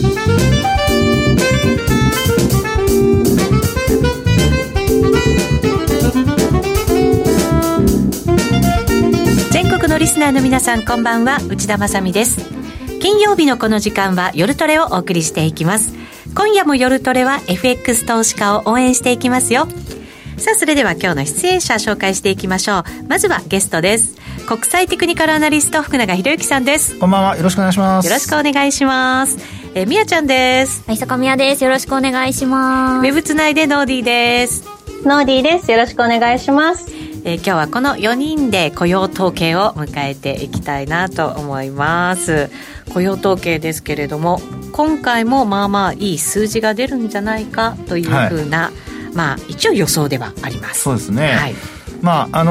全国のリスナーの皆さん、こんばんは。内田まさみです。金曜日のこの時間は夜トレをお送りしていきます。今夜も夜トレは FX 投資家を応援していきますよ。さあ、それでは今日の出演者紹介していきましょう。まずはゲストです。国際テクニカルアナリスト福永博之さんです。 こんばんは、よろしくお願いします。 よろしくお願いします。みやちゃんです。 はい、坂宮です。よろしくお願いします。 ウェブつないでノーディーです。 ノーディーです。よろしくお願いします。 今日はこの4人で雇用統計を迎えていきたいなと思います。雇用統計ですけれども、今回もまあまあいい数字が出るんじゃないかというふうな、まあ一応予想ではあります。 そうですね、 はい。 まあ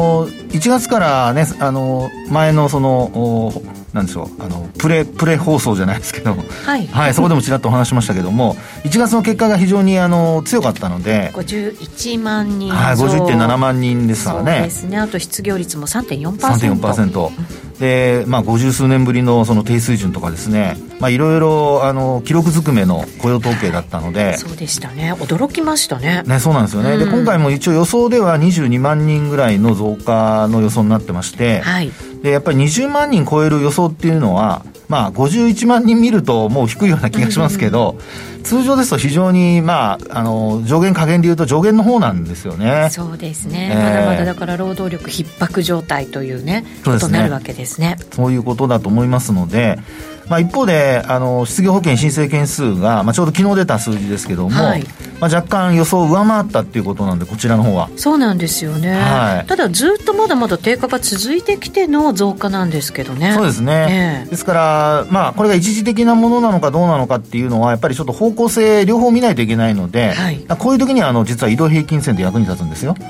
1月からね、前のそのなんでしょう、プレ放送じゃないですけど、はい、はい、そこでもちらっとお話しましたけども、1月の結果が非常に強かったので、 51万人、 はい、51.7 万人ですからね。 そうですね。あと失業率も 3.4%。 3.4%で、まあ、50数年ぶりのその低水準とかですね、まあ、いろいろ記録ずくめの雇用統計だったので、 そうでしたね。驚きましたね。 ね、そうなんですよね、で今回も一応予想では22万人ぐらいの増加の予想になってまして、はい、でやっぱり20万人超える予想っていうのは、まあ、51万人見るともう低いような気がしますけど、通常ですと非常に、まあ、上限下限でいうと上限の方なんですよね。 そうですね、まだまだだから労働力逼迫状態というね、ことになるわけですね。 そういうことだと思いますので、まあ、一方で失業保険申請件数が、まあ、ちょうど昨日出た数字ですけども、はい、まあ、若干予想を上回ったっていうことなんで、こちらの方はそうなんですよね、はい、ただずっとまだまだ低下が続いてきての増加なんですけどね。 そうですね、ですから、まあ、これが一時的なものなのかどうなのかっていうのはやっぱりちょっと方向性両方見ないといけないので、はい、こういう時には実は移動平均線で役に立つんですよ。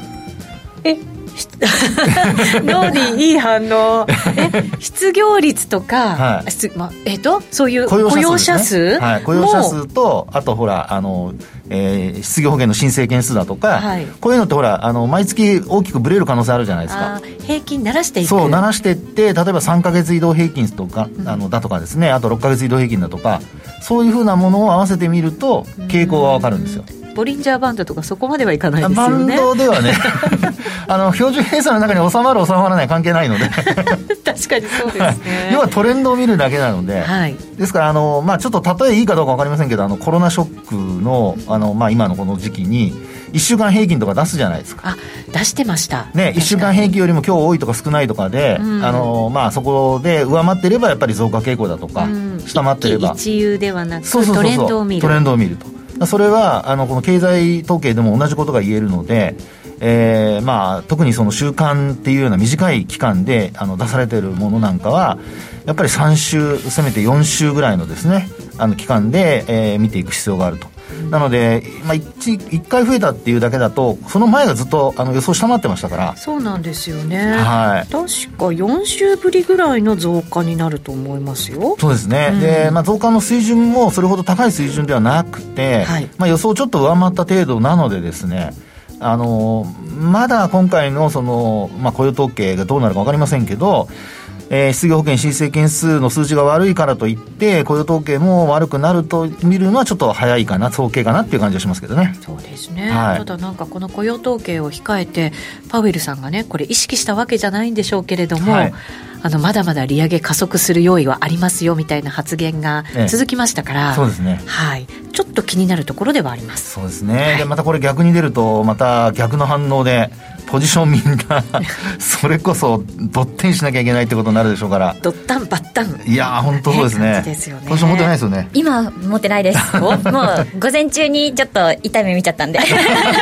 脳にいい反応。失業率とか、はい、そういう雇用者数、 はい、雇用者数と、あとほら失業保険の申請件数だとか、はい、こういうのってほら毎月大きくブレる可能性あるじゃないですか。 平均慣らしていく。 そう、慣らしていって、例えば3ヶ月移動平均とか、だとかですね、あと6ヶ月移動平均だとか、そういうふうなものを合わせてみると傾向が分かるんですよ。 ボリンジャーバンドとかそこまではいかないですよね。 バンドではね標準偏差の中に収まる収まらない関係ないので確かにそうですね要はトレンドを見るだけなので、はい、ですからまあ、ちょっと例えいいかどうか分かりませんけど、コロナショックの、まあ、今のこの時期に1週間平均とか出すじゃないですか。 出してました、 ね、1週間平均よりも今日多いとか少ないとかで、まあ、そこで上回ってればやっぱり増加傾向だとか、下回ってれば一遊ではなくトレンドを見る。 トレンドを見ると。それはこの経済統計でも同じことが言えるので、まあ、特にその週間っていうような短い期間で出されているものなんかはやっぱり3週せめて4週ぐらいのですね期間で、見ていく必要があると。なので、まあ、1回増えたっていうだけだとその前がずっと予想下回ってましたから。 そうなんですよね、 はい、 確か4週ぶりぐらいの増加になると思いますよ。 そうですね、で、まあ、増加の水準もそれほど高い水準ではなくて、はい、まあ、予想ちょっと上回った程度なのでですね、まだ今回のまあ、雇用統計がどうなるか分かりませんけど、失業保険申請件数の数字が悪いからといって雇用統計も悪くなると見るのはちょっと早いかな、早計かなっていう感じがしますけどね。 そうですね、 はい、 ただなんかこの雇用統計を控えてパウエルさんがね、これ意識したわけじゃないんでしょうけれども、はい、まだまだ利上げ加速する用意はありますよみたいな発言が続きましたから、 そうですね、 はい、ちょっと気になるところではあります。 そうですね、はい、でまたこれ逆に出るとまた逆の反応でポジションみんなそれこそドッテンしなきゃいけないってことになるでしょうから、 ドッタンバッタン、 いや本当そうですね、ポジション持ってないですよね。 今持ってないですもう午前中にちょっと痛い目見ちゃったんでなる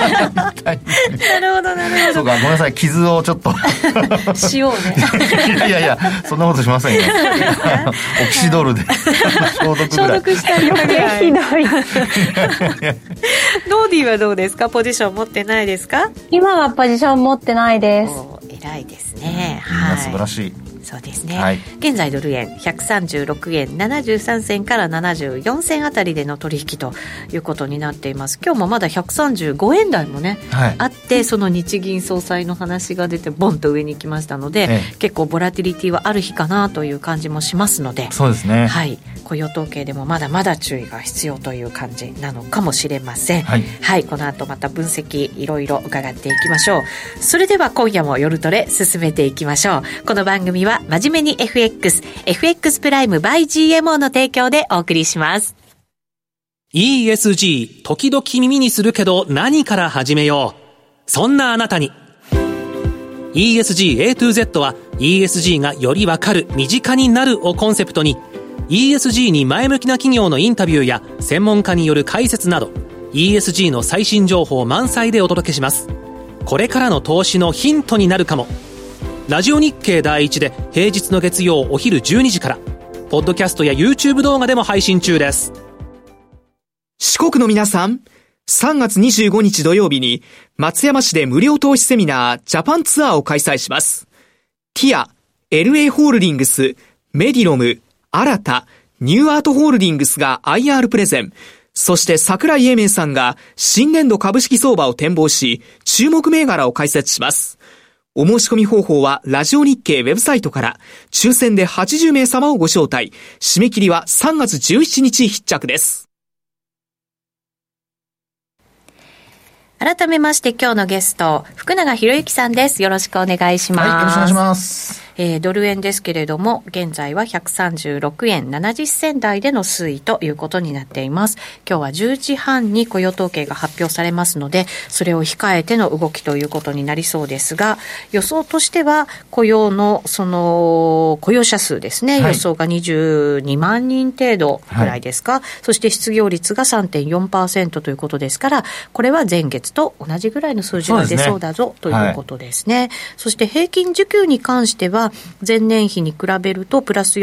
ほどなるほど、 そうか、ごめんなさい、傷をちょっと塩をねいやそんなことしませんよオキシドールで消毒したり余計ひどいノーディーはどうですか、ポジション持ってないですか。 今はポジション持ってないです。 偉いですね、 はい、素晴らしい。 そうですね、 はい、 現在ドル円136円73銭から74銭あたりでの取引ということになっています。今日もまだ135円台もね、はい、あっててその日銀総裁の話が出てボンと上に来ましたので、結構ボラティリティはある日かなという感じもしますので、 そうですね、 はい、雇用統計でもまだまだ注意が必要という感じなのかもしれません。はい、はい、この後また分析いろいろ伺っていきましょう。それでは今夜も夜トレ進めていきましょう。この番組は真面目に FX プライム by GMO の提供でお送りします。 ESG 時々耳にするけど何から始めよう、そんなあなたに ESG A to Z は ESG がよりわかる、身近になるをコンセプトに ESG に前向きな企業のインタビューや専門家による解説など ESG の最新情報満載でお届けします。これからの投資のヒントになるかも。ラジオ日経第一で平日の月曜お昼12時から、ポッドキャストや YouTube 動画でも配信中です。 四国の皆さん、3月25日土曜日に松山市で無料投資セミナージャパンツアーを開催します。ティア、LA ホールディングス、メディロム、新た、ニューアートホールディングスが IR プレゼン、そして桜井英明さんが新年度株式相場を展望し、注目銘柄を解説します。お申し込み方法はラジオ日経ウェブサイトから、抽選で80名様をご招待。締め切りは3月17日必着です。 改めまして今日のゲスト、福永博之さんです。よろしくお願いします。 はい、よろしくお願いします。 ドル円ですけれども、現在は136円70銭台での推移ということになっています。今日は10時半に雇用統計が発表されますので、それを控えての動きということになりそうですが、予想としては雇用のその雇用者数ですね、はい、予想が22万人程度ぐらいですか、はい、そして失業率が 3.4% ということですから、これは前月と同じぐらいの数字が出そうだぞ、ということですね。そして平均需給に関しては前年比に比べるとプラス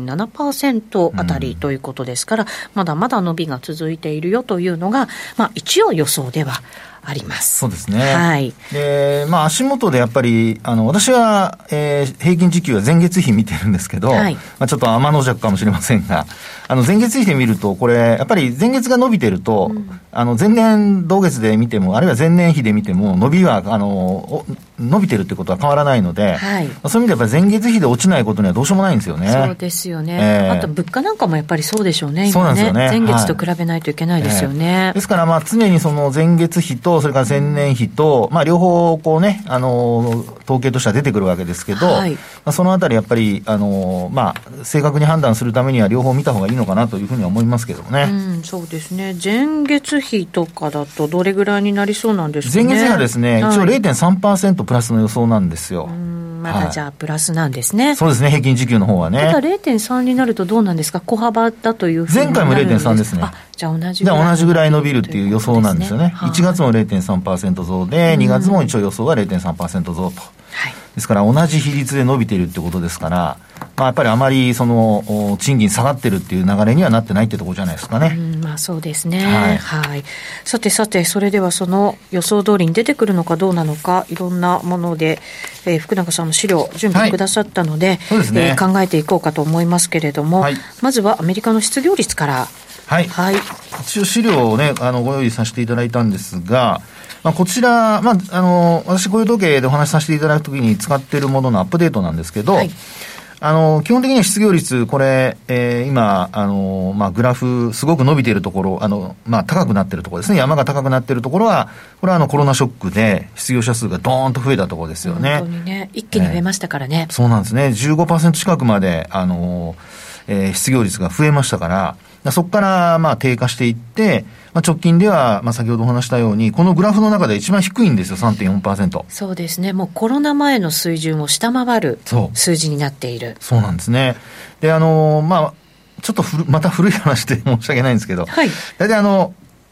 4.7% あたりということですから、まだまだ伸びが続いているよというのが、一応予想ではあります。 そうですね。 はい。 で、足元でやっぱり、私は、平均時給は前月比見てるんですけど、はい、ちょっと天の弱かもしれませんが、前月比で見ると、これ、やっぱり前月が伸びてると、前年同月で見ても、あるいは前年比で見ても、伸びは、伸びてるってことは変わらないので、はい、そういう意味でやっぱり前月比で落ちないことにはどうしようもないんですよね。 そうですよね。あと物価なんかもやっぱりそうでしょうね。 そうなんですよね。 前月と比べないといけないですよね。 ですから常にその前月比とそれから前年比と、両方こうね、統計としては出てくるわけですけど、はい、そのあたりやっぱり正確に判断するためには両方見た方がいいのかなというふうには思いますけどね。 そうですね。前月比とかだとどれぐらいになりそうなんですかね。 前月比はですね、一応 0.3% プラスの予想なんですよ。 まだじゃあプラスなんですね。 そうですね、平均時給の方はね。 ただ 0.3 になるとどうなんですか。小幅だというふうになるんですか。 前回も 0.3 ですね。 じゃあ同じぐらい伸びるっていう予想なんですよね。1月も 0.3% 増で、2月も一応予想が 0.3% 増と。はい、ですから同じ比率で伸びているってことですから、やっぱりあまりその賃金下がってるっていう流れにはなってないってところじゃないですかね。 そうですね。はい。はい。さてそれではその予想通りに出てくるのかどうなのか、いろんなもので、福永さんの資料準備くださったので、そうですね、考えていこうかと思いますけれども、はい、まずはアメリカの失業率から。 はい。はい。一応資料をね、ご用意させていただいたんですが、こちら、私雇用統計でお話しさせていただくときに使っているもののアップデートなんですけど、はい、基本的には失業率、これ、今、グラフ、すごく伸びているところ、高くなっているところですね。山が高くなっているところは、これはコロナショックで失業者数がドーンと増えたところですよね。 本当にね、一気に増えましたからね。 そうなんですね。15% 近くまで、失業率が増えましたから、そこから低下していって、直近では先ほどお話したようにこのグラフの中で一番低いんですよ。 3.4%。 そうですね。もうコロナ前の水準を下回る数字になっている。 そうなんですね。でちょっとまた古い話で申し訳ないんですけど、はい、大体この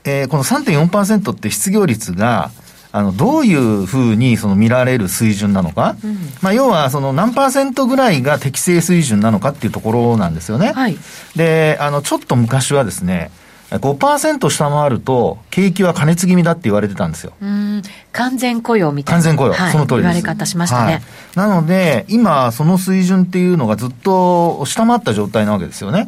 3.4% って失業率がどういうふうに見られる水準なのか、要は何%ぐらいが適正水準なのかっていうところなんですよね。はい、で、ちょっと昔はですね、5% 下回ると景気は過熱気味だって言われてたんですよ。 完全雇用みたいな。 完全雇用、はい、その通りです。 言われ方しましたね。はい、 なので、今その水準っていうのがずっと下回った状態なわけですよね。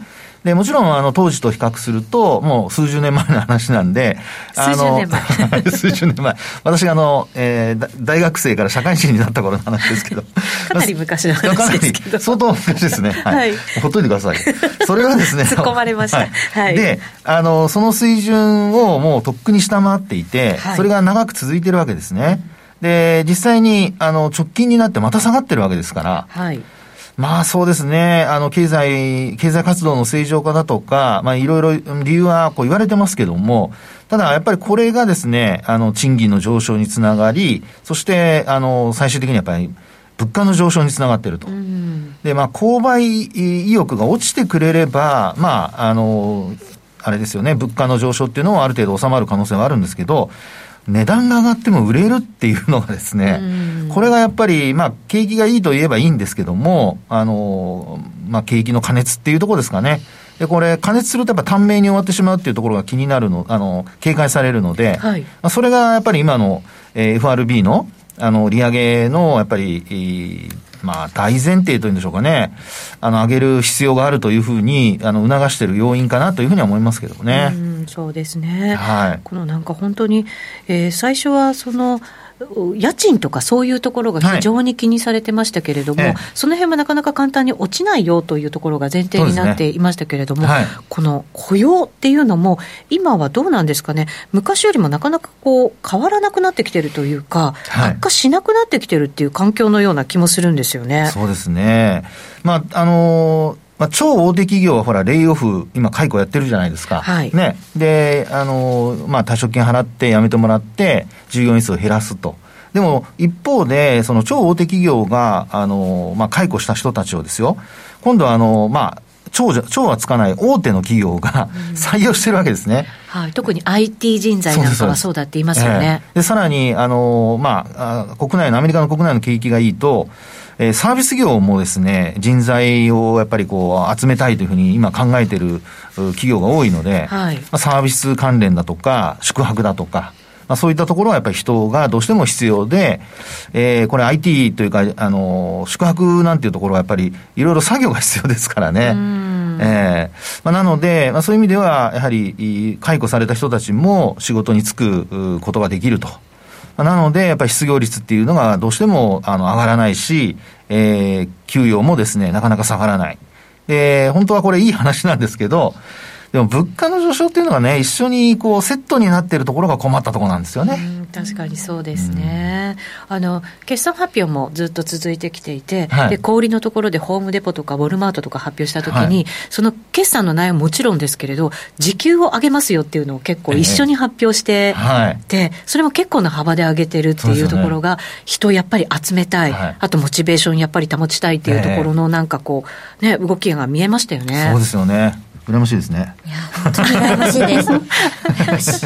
で、もちろん、当時と比較すると、もう数十年前の話なんで、 数十年前。 数十年前。私が大学生から社会人になった頃の話ですけど。 かなり昔の話ですけど。 相当昔ですね。はい。ほっといてください。それはですね。 突っ込まれました。はい。 で、その水準をもうとっくに下回っていて、それが長く続いてるわけですね。で、実際に、直近になってまた下がってるわけですから。はい。まあそうですね。経済活動の正常化だとか、まあいろいろ理由はこう言われてますけども、ただやっぱりこれがですね、賃金の上昇につながり、そして、最終的にやっぱり物価の上昇につながっていると。で、まあ購買意欲が落ちてくれれば、まあ、あれですよね、物価の上昇っていうのはある程度収まる可能性はあるんですけど、値段が上がっても売れるっていうのがですね、これがやっぱり、まあ、景気がいいと言えばいいんですけども、まあ、景気の過熱っていうところですかね。で、これ、過熱するとやっぱ短命に終わってしまうっていうところが気になる警戒されるので、はい、まあ、それがやっぱり今の、FRB の、利上げの、やっぱり、まあ、大前提というんでしょうかね。上げる必要があるというふうに、促している要因かなというふうには思いますけどね。 そうですね。 はい。 このなんか本当に、最初は家賃とかそういうところが非常に気にされてましたけれども、その辺もなかなか簡単に落ちないよというところが前提になっていましたけれども、この雇用っていうのも今はどうなんですかね。昔よりもなかなかこう変わらなくなってきてるというか、悪化しなくなってきてるっていう環境のような気もするんですよね。 そうですね。まあまあ、超大手企業はほら、レイオフ、今解雇やってるじゃないですか。はい。ね。で、まあ、退職金払って辞めてもらって、従業員数を減らすと。でも、一方で、その超大手企業が、まあ、解雇した人たちをですよ、今度はまあ、超はつかない大手の企業が採用してるわけですね。 はい。特に IT 人材なんかはそうだって言いますよね。 で、さらに、まあ、アメリカの国内の景気がいいと、サービス業もですね、人材をやっぱりこう集めたいというふうに今考えている企業が多いので、はい、まあ、サービス関連だとか、宿泊だとか、まあ、そういったところはやっぱり人がどうしても必要で、これ IT というか、宿泊なんていうところはやっぱりいろいろ作業が必要ですからね。まあ、なので、まあ、そういう意味では、やはり、解雇された人たちも仕事に就くことができると。なので、やっぱり失業率っていうのがどうしても上がらないし、給与もですね、なかなか下がらない。で、本当はこれいい話なんですけど、でも物価の上昇っていうのがね、一緒にこうセットになっているところが困ったところなんですよね。 確かにそうですね。決算発表もずっと続いてきていて、はい、で、小売りのところでホームデポとかウォルマートとか発表したときに、はい、その決算の内容ももちろんですけれど、時給を上げますよっていうのを結構一緒に発表して、で、それも結構な幅で上げてるっていうところが、人をやっぱり集めたい、はい、あとモチベーションやっぱり保ちたいっていうところのなんかこう、ね、動きが見えましたよね。 そうですよね。羨ましいですね。 いや、本当に羨ましいです。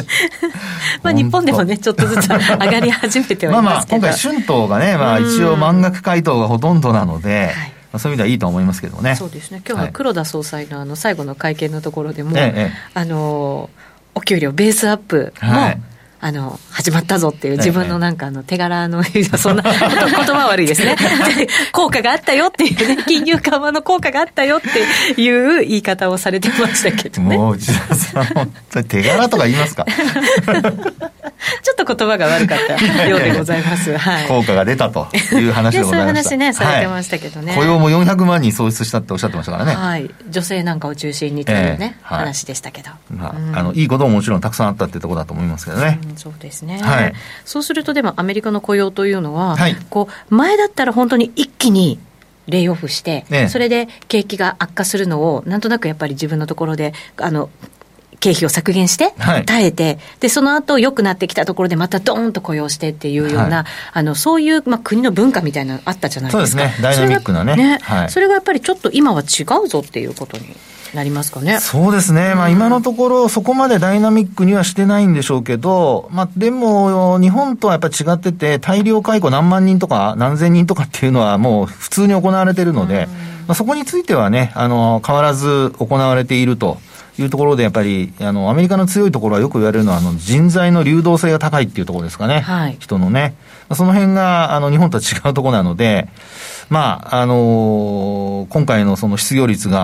まあ日本でもね、ちょっとずつ上がり始めてはいますけど。 まあ今回春闘がね、まあ一応満額回答がほとんどなので、はい、まあ、そういう意味ではいいと思いますけどもね。 そうですね。今日の黒田総裁の最後の会見のところでも、お給料ベースアップも、はい、始まったぞっていう自分のなんか手柄の、そんな言葉悪いですね。効果があったよっていうね、金融緩和の効果があったよっていう言い方をされてましたけどね。 もう内田さん、本当に手柄とか言いますか？ ちょっと言葉が悪かったようでございます。はい。 効果が出たという話でございました。そういう話ね、されてましたけどね。 雇用も400万人創出したっておっしゃってましたからね。 はい。女性なんかを中心にというね、話でしたけど。 まあ、いいことももちろんたくさんあったっていうところだと思いますけどね。 そうですね。 はい。 そうするとでもアメリカの雇用というのは、はい、こう前だったら本当に一気にレイオフして、それで景気が悪化するのをなんとなくやっぱり自分のところで経費を削減して耐えて、はい、でその後良くなってきたところでまたドーンと雇用してっていうような、はい、そういう、まあ、国の文化みたいなのあったじゃないですか。 そうですね、ダイナミックなね、 はい、それがやっぱりちょっと今は違うぞっていうことになりますかね。 そうですね、まあ、今のところそこまでダイナミックにはしてないんでしょうけど、まあ、でも日本とはやっぱり違ってて、大量解雇何万人とか何千人とかっていうのはもう普通に行われているので、まあ、そこについてはね、変わらず行われているというところで、やっぱりアメリカの強いところはよく言われるのは人材の流動性が高いっていうところですかね、はい、人のね、その辺が日本とは違うところなので、まあ今回のその失業率が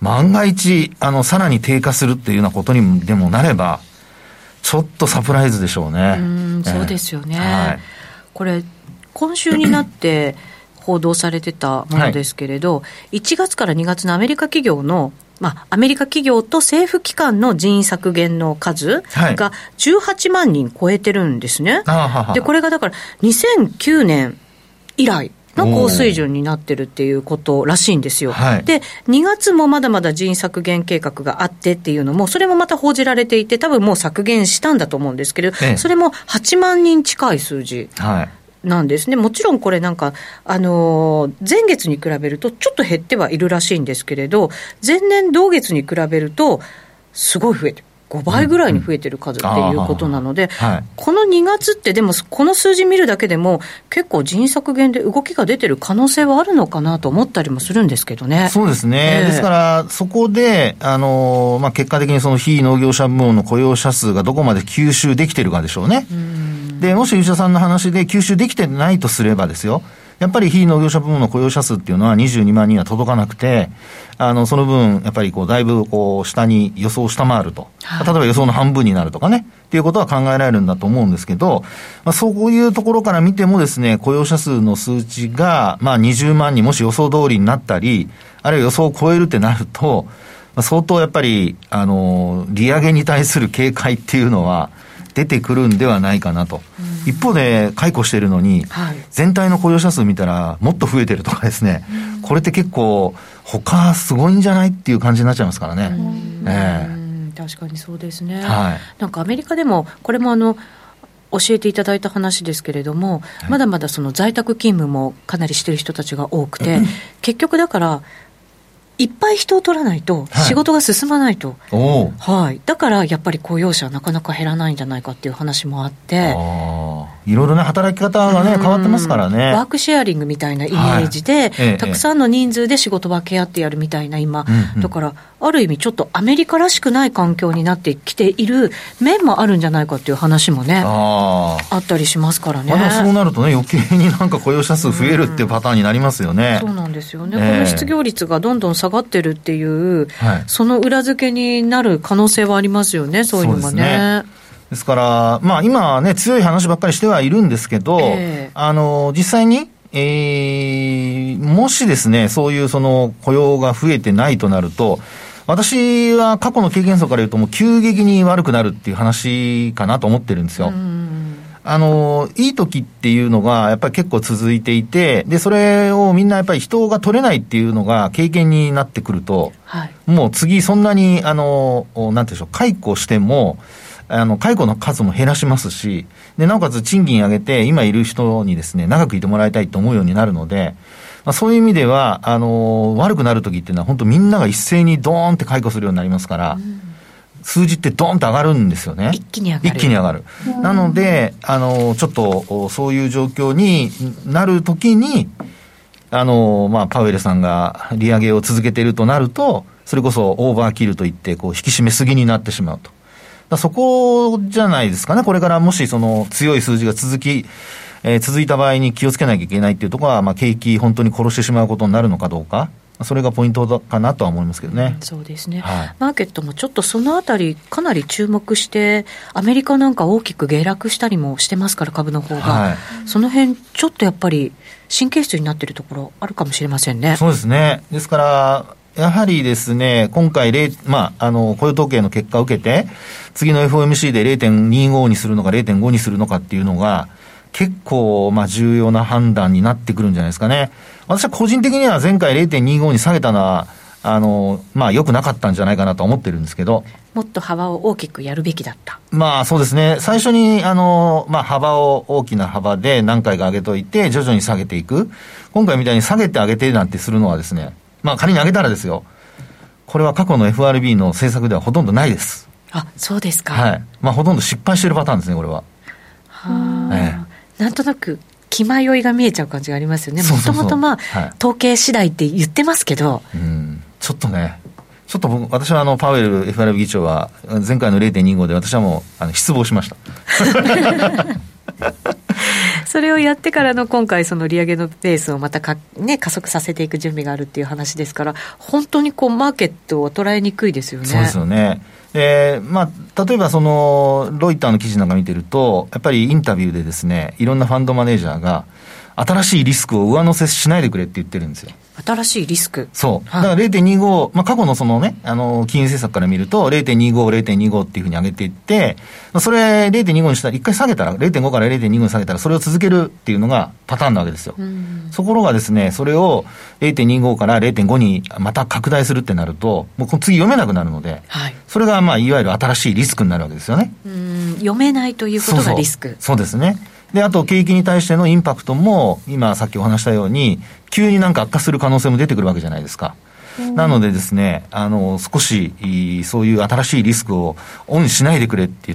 万が一さらに低下するっていうようなことにでもなればちょっとサプライズでしょうね。 そうですよね、 はい、 これ今週になって報道されてたものですけれど、はい、1月から2月のアメリカ企業のアメリカ企業と政府機関の人員削減の数が18万人超えてるんですね、はい、でこれがだから2009年以来の高水準になってるっていうことらしいんですよ、はい、で2月もまだまだ人員削減計画があってっていうのもそれもまた報じられていて多分もう削減したんだと思うんですけど、それも8万人近い数字、はいなんですね。もちろんこれなんか、前月に比べるとちょっと減ってはいるらしいんですけれど、前年同月に比べるとすごい増えてる。5倍ぐらいに増えてる数っていうことなので、はい、この2月ってでもこの数字見るだけでも結構人員削減で動きが出てる可能性はあるのかなと思ったりもするんですけどね。 そうですね、ですからそこで結果的にその非農業者部門の雇用者数がどこまで吸収できてるかでしょうね。でもし吉田さんの話で吸収できてないとすればですよ、やっぱり非農業者部門の雇用者数っていうのは22万人は届かなくて、その分やっぱりだいぶ下に予想を下回ると、はい、例えば予想の半分になるとかねっていうことは考えられるんだと思うんですけど、そういうところから見てもですね、雇用者数の数値が20万人もし予想通りになったり、あるいは予想を超えるってなると、相当やっぱり利上げに対する警戒っていうのは出てくるんではないかなと。一方で解雇しているのに、はい、全体の雇用者数見たらもっと増えてるとかですね、これって結構他すごいんじゃないっていう感じになっちゃいますからね。 確かにそうですね、はい、なんかアメリカでもこれも教えていただいた話ですけれども、はい、まだまだその在宅勤務もかなりしてる人たちが多くて、結局だからいっぱい人を取らないと仕事が進まないと、はい、だからやっぱり雇用者はなかなか減らないんじゃないかっていう話もあって、 いろいろね働き方がね変わってますからね。 ワークシェアリングみたいなイメージで、はい、たくさんの人数で仕事分け合ってやるみたいな今、だからある意味ちょっとアメリカらしくない環境になってきている面もあるんじゃないかっていう話もね あったりしますからね。 そうなるとね余計になんか雇用者数増えるっていうパターンになりますよね。 そうなんですよね、この失業率がどんどん下がってるっていう、その裏付けになる可能性はありますよね、そういうのがね。 ですから、今はね強い話ばっかりしてはいるんですけど、実際に、もしですねそういうその雇用が増えてないとなると、私は過去の経験則から言うともう急激に悪くなるっていう話かなと思ってるんですよ。いい時っていうのがやっぱり結構続いていて、でそれをみんなやっぱり人が取れないっていうのが経験になってくると、はい、もう次そんなになんていうんでしょう、解雇しても解雇の数も減らしますし、でなおかつ賃金上げて今いる人にですね長くいてもらいたいと思うようになるので、そういう意味では悪くなる時っていうのは本当みんなが一斉にドーンって解雇するようになりますから、数字ってドーンと上がるんですよね。 一気に上がる。 なのでちょっとそういう状況になる時にパウエルさんが利上げを続けているとなると、それこそオーバーキルといって引き締めすぎになってしまうと。そこじゃないですかね。これからもしその強い数字が続いた場合に気をつけなきゃいけないっていうところは、景気本当に殺してしまうことになるのかどうか、それがポイントかなとは思いますけどね。 そうですね、はい、マーケットもちょっとそのあたりかなり注目して、アメリカなんか大きく下落したりもしてますから、株の方が、はい、その辺ちょっとやっぱり神経質になっているところあるかもしれませんね。 そうですね。ですからやはりですね、今回雇用統計の結果を受けて次の FOMC で 0.25 にするのか 0.5 にするのかっていうのが結構重要な判断になってくるんじゃないですかね。私は個人的には前回 0.25 に下げたのは良くなかったんじゃないかなと思ってるんですけど、 もっと幅を大きくやるべきだった。 そうですね。最初に幅を大きな幅で何回か上げといて徐々に下げていく。今回みたいに下げて上げてなんてするのはですね、仮に上げたらですよ、これは過去の FRB の政策ではほとんどないです。 あ、そうですか。 はい。ほとんど失敗してるパターンですね、これは。 なんとなく気迷いが見えちゃう感じがありますよね。もともと統計次第って言ってますけど、 ちょっと私はパウエル FRB 議長は前回の 0.25 で私はもう失望しましたそれをやってからの今回その利上げのペースをまた加速させていく準備があるっていう話ですから、本当にマーケットを捉えにくいですよね。 そうですよね。例えばそのロイターの記事なんか見てると、やっぱりインタビューでですね、いろんなファンドマネージャーが新しいリスクを上乗せしないでくれって言ってるんですよ。 新しいリスク。 そう。だから 0.25、過去のそのね、金融政策から見ると 0.25、0.25 っていうふうに上げていって、それ 0.25 にしたら一回下げたら、0.5 から 0.25 に下げたらそれを続けるっていうのがパターンなわけですよ。ところがですね、それを 0.25 から 0.5 にまた拡大するってなると、もう次読めなくなるので、はい、それがいわゆる新しいリスクになるわけですよね。 読めないということがリスク。 そうですね。で、あと景気に対してのインパクトも今さっきお話したように急になんか悪化する可能性も出てくるわけじゃないですか。なのでですね、少しそういう新しいリスクをオンしないでくれって言って、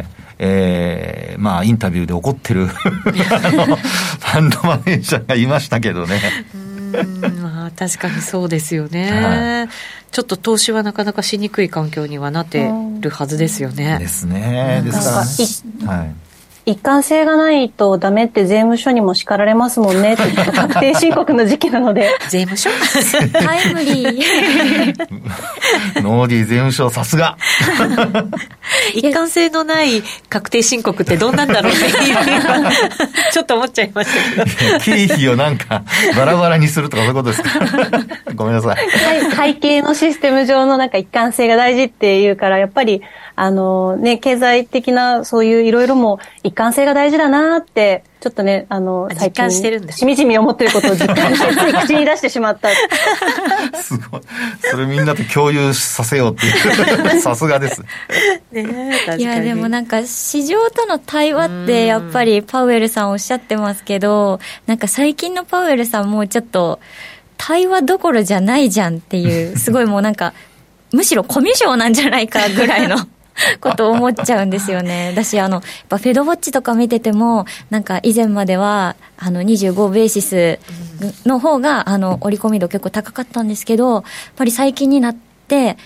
インタビューで怒ってるファンドマネージャーがいましたけどね。 確かにそうですよね、はい、ちょっと投資はなかなかしにくい環境にはなってるはずですよね。 ですね。ですからね、 一貫性がないとダメって税務署にも叱られますもんねって確定申告の時期なので税務署タイムリーノーディー税務署さすが一貫性のない確定申告ってどんなんだろうってちょっと思っちゃいましたけど経費をなんかバラバラにするとかそういうことですかごめんなさい。 会計のシステム上のなんか一貫性が大事っていうから、やっぱり経済的なそういういろいろも一貫性が大事だなってちょっとね最近してるんだ、 しみじみ思ってることを実感してつい口に出してしまったすごい、それみんなと共有させようっていうさすがですね。いやでもなんか市場との対話ってやっぱりパウエルさんおっしゃってますけど、なんか最近のパウエルさんもちょっと対話どころじゃないじゃんっていうすごいもうなんかむしろコミュ障なんじゃないかぐらいのことを思っちゃうんですよね。だしやっぱフェドウォッチとか見ててもなんか以前までは25ベーシスの方が織り込み度結構高かったんですけど、やっぱり最近になって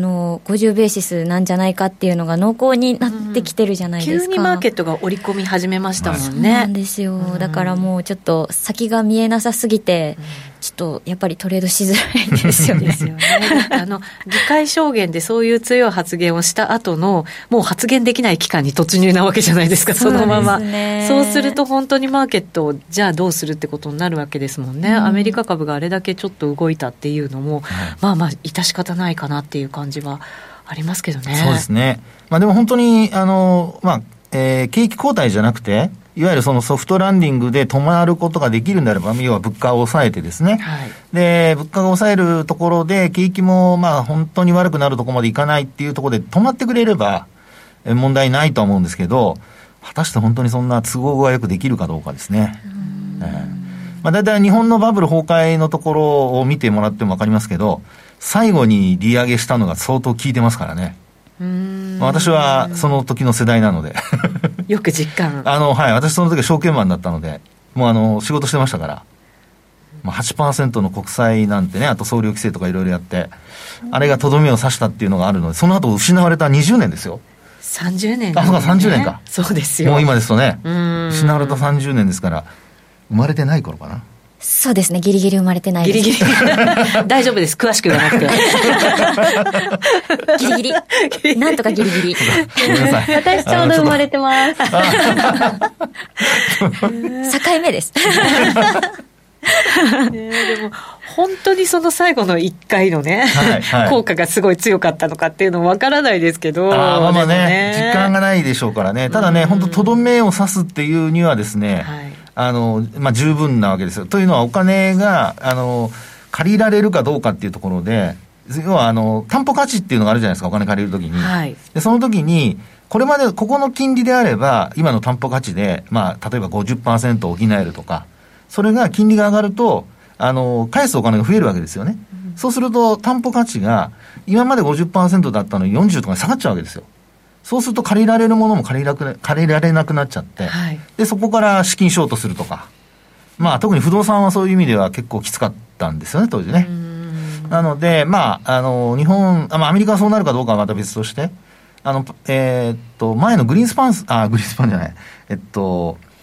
50ベーシスなんじゃないかっていうのが濃厚になってきてるじゃないですか。 急にマーケットが織り込み始めましたもんね。そうなんですよ。だからもうちょっと先が見えなさすぎて、ちょっとやっぱりトレードしづらいんですよね。 ですよね。議会証言でそういう強い発言をした後のもう発言できない期間に突入なわけじゃないですか、そのまま。そうすると本当にマーケットをじゃあどうするってことになるわけですもんね。アメリカ株があれだけちょっと動いたっていうのも、致し方ないかなっていう感じはありますけどね。 そうですね。でも本当に景気後退じゃなくて、いわゆるそのソフトランディングで止まることができるんであれば、要は物価を抑えてですね、はい、で物価が抑えるところで景気も本当に悪くなるところまでいかないっていうところで止まってくれれば問題ないとは思うんですけど、果たして本当にそんな都合がよくできるかどうかですね。だいたい日本のバブル崩壊のところを見てもらっても分かりますけど、最後に利上げしたのが相当効いてますからね。私はその時の世代なのでよく実感はい、私その時は証券マンだったので、もう仕事してましたから、8% の国債なんてね、あと総量規制とかいろいろやって、あれがとどめを刺したっていうのがあるので、その後失われた20年ですよ。 30年、ね、 そうか30年か。 そうですよ。 もう今ですとね、失われた30年ですから、生まれてない頃かな。 そうですね、ギリギリ生まれてないです。 ギリギリ大丈夫です、詳しく言わなくてギリギリなんとかギリギリごめんなさい。私ちょうど生まれてます境目ですでも本当にその最後の1回のね、効果がすごい強かったのかっていうのは分からないですけど、 実感がないでしょうからね。ただね、本当とどめを刺すっていうにはですね、十分なわけですよ。というのはお金が借りられるかどうかっていうところで、要は担保価値っていうのがあるじゃないですか、お金借りるときに、でその時にこれまでここの金利であれば今の担保価値で、例えば 50% を補えるとか、それが金利が上がると返すお金が増えるわけですよね。そうすると担保価値が今まで 50% だったのに40とかに下がっちゃうわけですよ。そうすると借りられるものも借りられなくなっちゃって、でそこから資金ショートするとか、特に不動産はそういう意味では結構きつかったんですよね、当時ね。なので日本アメリカはそうなるかどうかはまた別として、前のグリーンスパンじゃない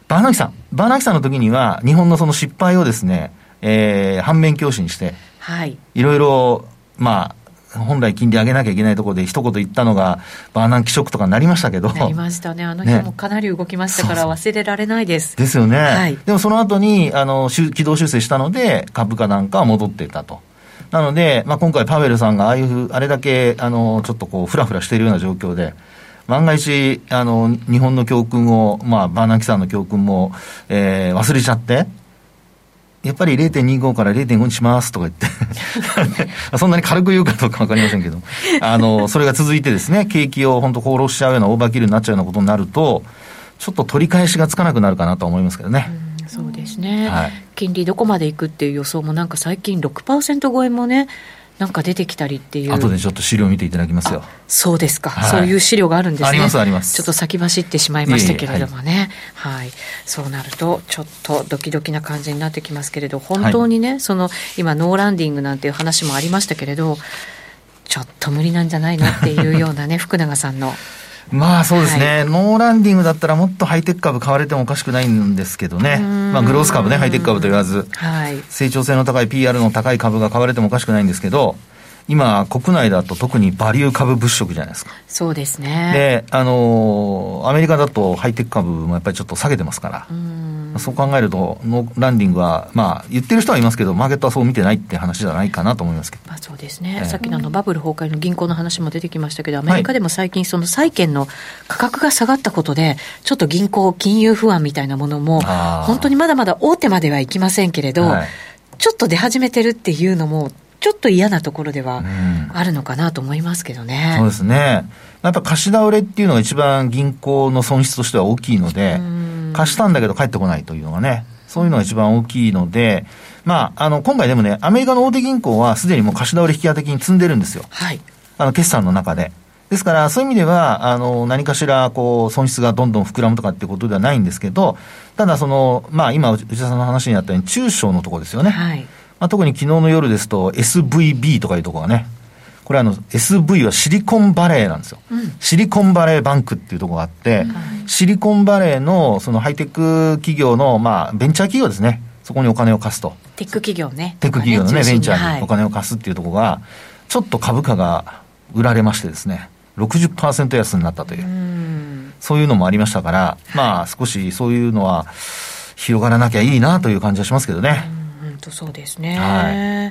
バーナキさんの時には日本のその失敗をですね、反面教師にして、はい、いろいろまあ本来金利上げなきゃいけないところで一言言ったのがバーナンキショックとかになりましたけど、 なりましたね。あの日もかなり動きましたから、忘れられないです。 ですよね、はい、でもその後に軌道修正したので株価なんかは戻っていたと。なので、まあ、今回パウエルさんがあれだけちょっとこうフラフラしているような状況で、万が一日本の教訓を、まあ、バーナンキさんの教訓も、忘れちゃってやっぱり 0.25 から 0.5 にしますとか言ってそんなに軽く言うかどうか分かりませんけどそれが続いてですね、景気を本当放浪しちゃうようなオーバーキルになっちゃうようなことになると、ちょっと取り返しがつかなくなるかなと思いますけどね。 そうですね、はい、金利どこまでいくっていう予想もなんか最近 6% 超えもねなんか出てきたりっていう。 後でちょっと資料を見ていただきますよ。 そうですか、はい、そういう資料があるんですね。 ありますあります。 ちょっと先走ってしまいましたけれどもね、はい、そうなるとちょっとドキドキな感じになってきますけれど、本当にね、はい、その今ノーランディングなんていう話もありましたけれど、ちょっと無理なんじゃないのっていうようなね福永さんのまあそうですね、はい、ノーランディングだったらもっとハイテク株買われてもおかしくないんですけどね、まあ、グロース株ね、ハイテク株と言わず、はい、成長性の高い PR の高い株が買われてもおかしくないんですけど、今国内だと特にバリュー株物色じゃないですか。 そうですね。 でアメリカだとハイテク株もやっぱりちょっと下げてますから、そう考えるとノーランディングはまあ言ってる人はいますけど、マーケットはそう見てないって話じゃないかなと思いますけど、 まあ、そうですね、さっきのバブル崩壊の銀行の話も出てきましたけど、アメリカでも最近その債券の価格が下がったことでちょっと銀行金融不安みたいなものも本当にまだまだ大手まではいきませんけれど、はい、ちょっと出始めてるっていうのもちょっと嫌なところではあるのかなと思いますけどね。 そうですね。やっぱ貸し倒れっていうのが一番銀行の損失としては大きいので、貸したんだけど返ってこないというのがね、そういうのが一番大きいので、まあ、今回でもね、アメリカの大手銀行はすでにもう貸し倒れ引き当て金積んでるんですよ。はい。決算の中で。ですから、そういう意味では、何かしら、こう、損失がどんどん膨らむとかっていうことではないんですけど、ただまあ、今、内田さんの話にあったように、中小のところですよね。はい。まあ、特に昨日の夜ですと SVB とかいうところがね、これSV はシリコンバレーなんですよ、シリコンバレーバンクっていうところがあって、シリコンバレーのそのハイテク企業のまあベンチャー企業ですね、そこにお金を貸すと。 テック企業ね、 テック企業のねベンチャーにお金を貸すっていうところがちょっと株価が売られましてですね、60% 安になったという、そういうのもありましたから、まあ少しそういうのは広がらなきゃいいなという感じはしますけどね。 そうですね、はい、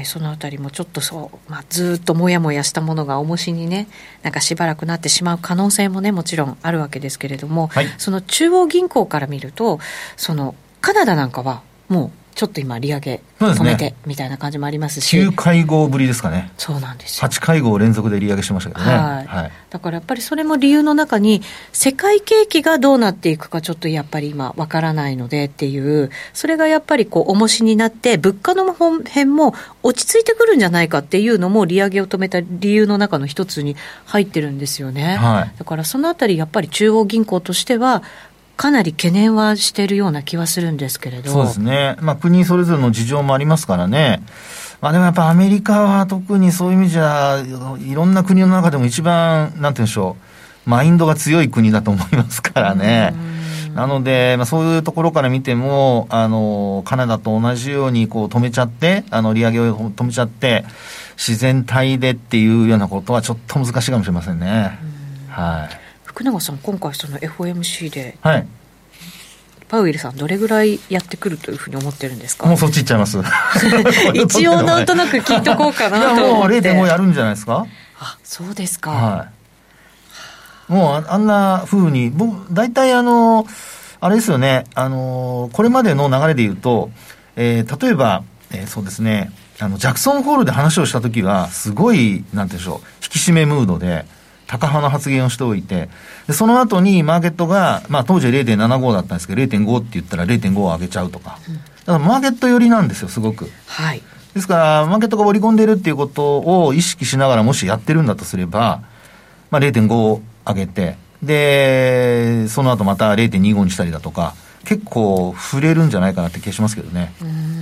そのあたりもちょっとまあ、ずっともやもやしたものが重しにね、なんかしばらくなってしまう可能性もねもちろんあるわけですけれども、はい、その中央銀行から見るとそのカナダなんかはもうちょっと今利上げ止めてみたいな感じもありますし、 9会合ぶりですかね。 そうなんですよ。 8会合連続で利上げしてましたけどね、 はいはい、だからやっぱりそれも理由の中に世界景気がどうなっていくかちょっとやっぱり今わからないのでっていう、それがやっぱりこう重しになって物価の辺も落ち着いてくるんじゃないかっていうのも利上げを止めた理由の中の一つに入ってるんですよね、はい、だからそのあたりやっぱり中央銀行としてはかなり懸念はしているような気はするんですけれど。 そうですね、まあ、国それぞれの事情もありますからね、まあ、でもやっぱアメリカは特にそういう意味じゃいろんな国の中でも一番なんて言うんでしょう、マインドが強い国だと思いますからね。なので、まあ、そういうところから見てもカナダと同じようにこう止めちゃって利上げを止めちゃって自然体でっていうようなことはちょっと難しいかもしれませんね。はい。 福永さん、今回その FOMC で、はい、パウエルさんどれぐらいやってくるというふうに思ってるんですか？ もうそっち行っちゃいます一応なんとなく聞いとこうかなと思って。 いやもう 0.5 やるんじゃないですか。 あ、そうですか、 はい、もうあんな風に大体あれですよね、これまでの流れで言うと、例えば、そうですね、ジャクソンホールで話をしたときはすごいなんていうんでしょう、引き締めムードで高派の発言をしておいて、でその後にマーケットが、まあ、当時は 0.75 だったんですけど 0.5 って言ったら 0.5 を上げちゃうとか、だからマーケット寄りなんですよすごく、はい、ですからマーケットが織り込んでいるっていうことを意識しながらもしやってるんだとすれば、まあ、0.5 を上げて、でその後また 0.25 にしたりだとか結構触れるんじゃないかなって気がしますけどね。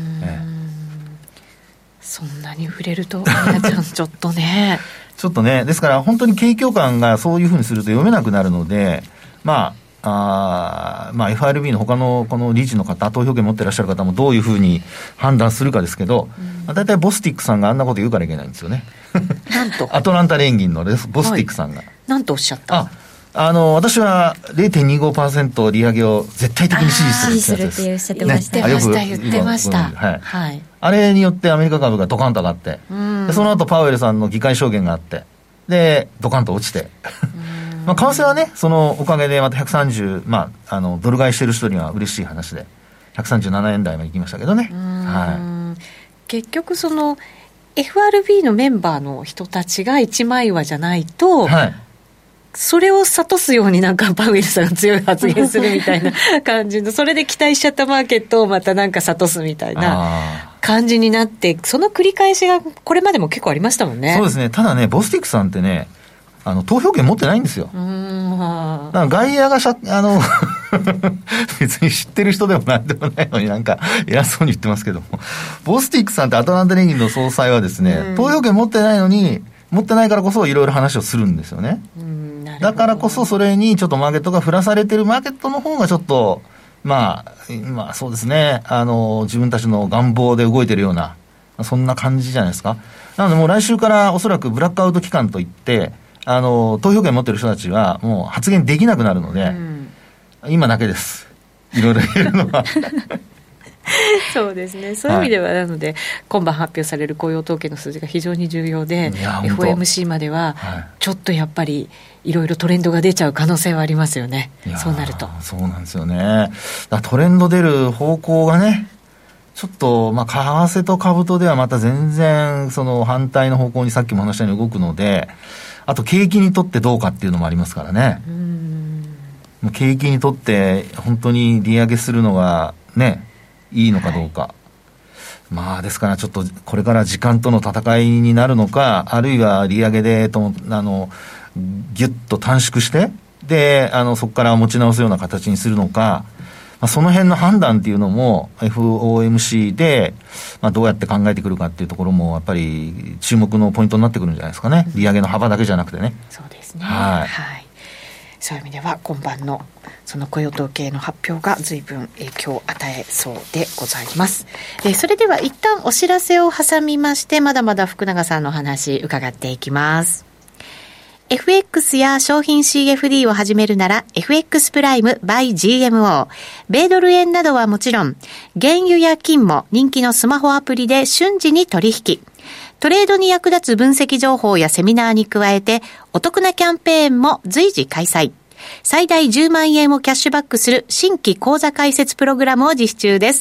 そんなに触れると皆ちゃんちょっとねちょっとね、ですから本当に景況感がそういうふうにすると読めなくなるので、ま FRB の他のこの理事の方、投票権持ってらっしゃる方もどういうふうに判断するかですけど、だいたいボスティックさんがあんなこと言うからいけないんですよね。 なんとアトランタ連銀のボスティックさんが。 なんとおっしゃった？ 私は 0.25% 利上げを絶対的に支持するっていうやつです。言ってました。 言ってました。 はい。あれによってアメリカ株がドカンと上がって、でその後パウエルさんの議会証言があって、でドカンと落ちて、為替はね、そのおかげでまた130、ドル買いしてる人には嬉しい話で137円台まで行きましたけどね。はい。 結局その FRB のメンバーの人たちが一枚岩じゃないと、はい、それを諭すようになんかパウエルさんが強い発言するみたいな感じの、それで期待しちゃったマーケットをまたなんか諭すみたいな感じになって、その繰り返しがこれまでも結構ありましたもんね。 そうですね。ただね、ボスティックさんってね、投票権持ってないんですよ。だから外野が別に知ってる人でもなんでもないのになんか偉そうに言ってますけども、ボスティックさんってアトランタ連銀の総裁はですね、投票権持ってないのに、持ってないからこそいろいろ話をするんですよね。だからこそそれにちょっとマーケットが振らされてるマーケットの方がちょっとそうですね、自分たちの願望で動いてるようなそんな感じじゃないですか。なのでもう来週からおそらくブラックアウト期間といって投票権持ってる人たちはもう発言できなくなるので、今だけですいろいろ言えるのはそうですね。そういう意味では、なので今晩発表される雇用統計の数字が非常に重要で、FOMC まではちょっとやっぱりいろいろトレンドが出ちゃう可能性はありますよね。そうなると。 そうなんですよね。トレンド出る方向がね、ちょっと為替と株とではまた全然その反対の方向にさっきも話したように動くので、あと景気にとってどうかっていうのもありますからね。景気にとって本当に利上げするのがね、いいのかどうか、ですからちょっとこれから時間との戦いになるのか、あるいは利上げでギュッと短縮してでそこから持ち直すような形にするのか、その辺の判断っていうのも FOMC で、どうやって考えてくるかっていうところもやっぱり注目のポイントになってくるんじゃないですかね。利上げの幅だけじゃなくてね。 そうですね。はい。そういう意味では今晩のその雇用統計の発表が随分影響を与えそうでございます。それでは一旦お知らせを挟みまして、まだまだ福永さんの話伺っていきます。FX や商品 CFD を始めるなら FX プライム by GMO。米ドル円などはもちろん、原油や金も人気のスマホアプリで瞬時に取引。トレードに役立つ分析情報やセミナーに加えて、お得なキャンペーンも随時開催。最大10万円をキャッシュバックする新規口座開設プログラムを実施中です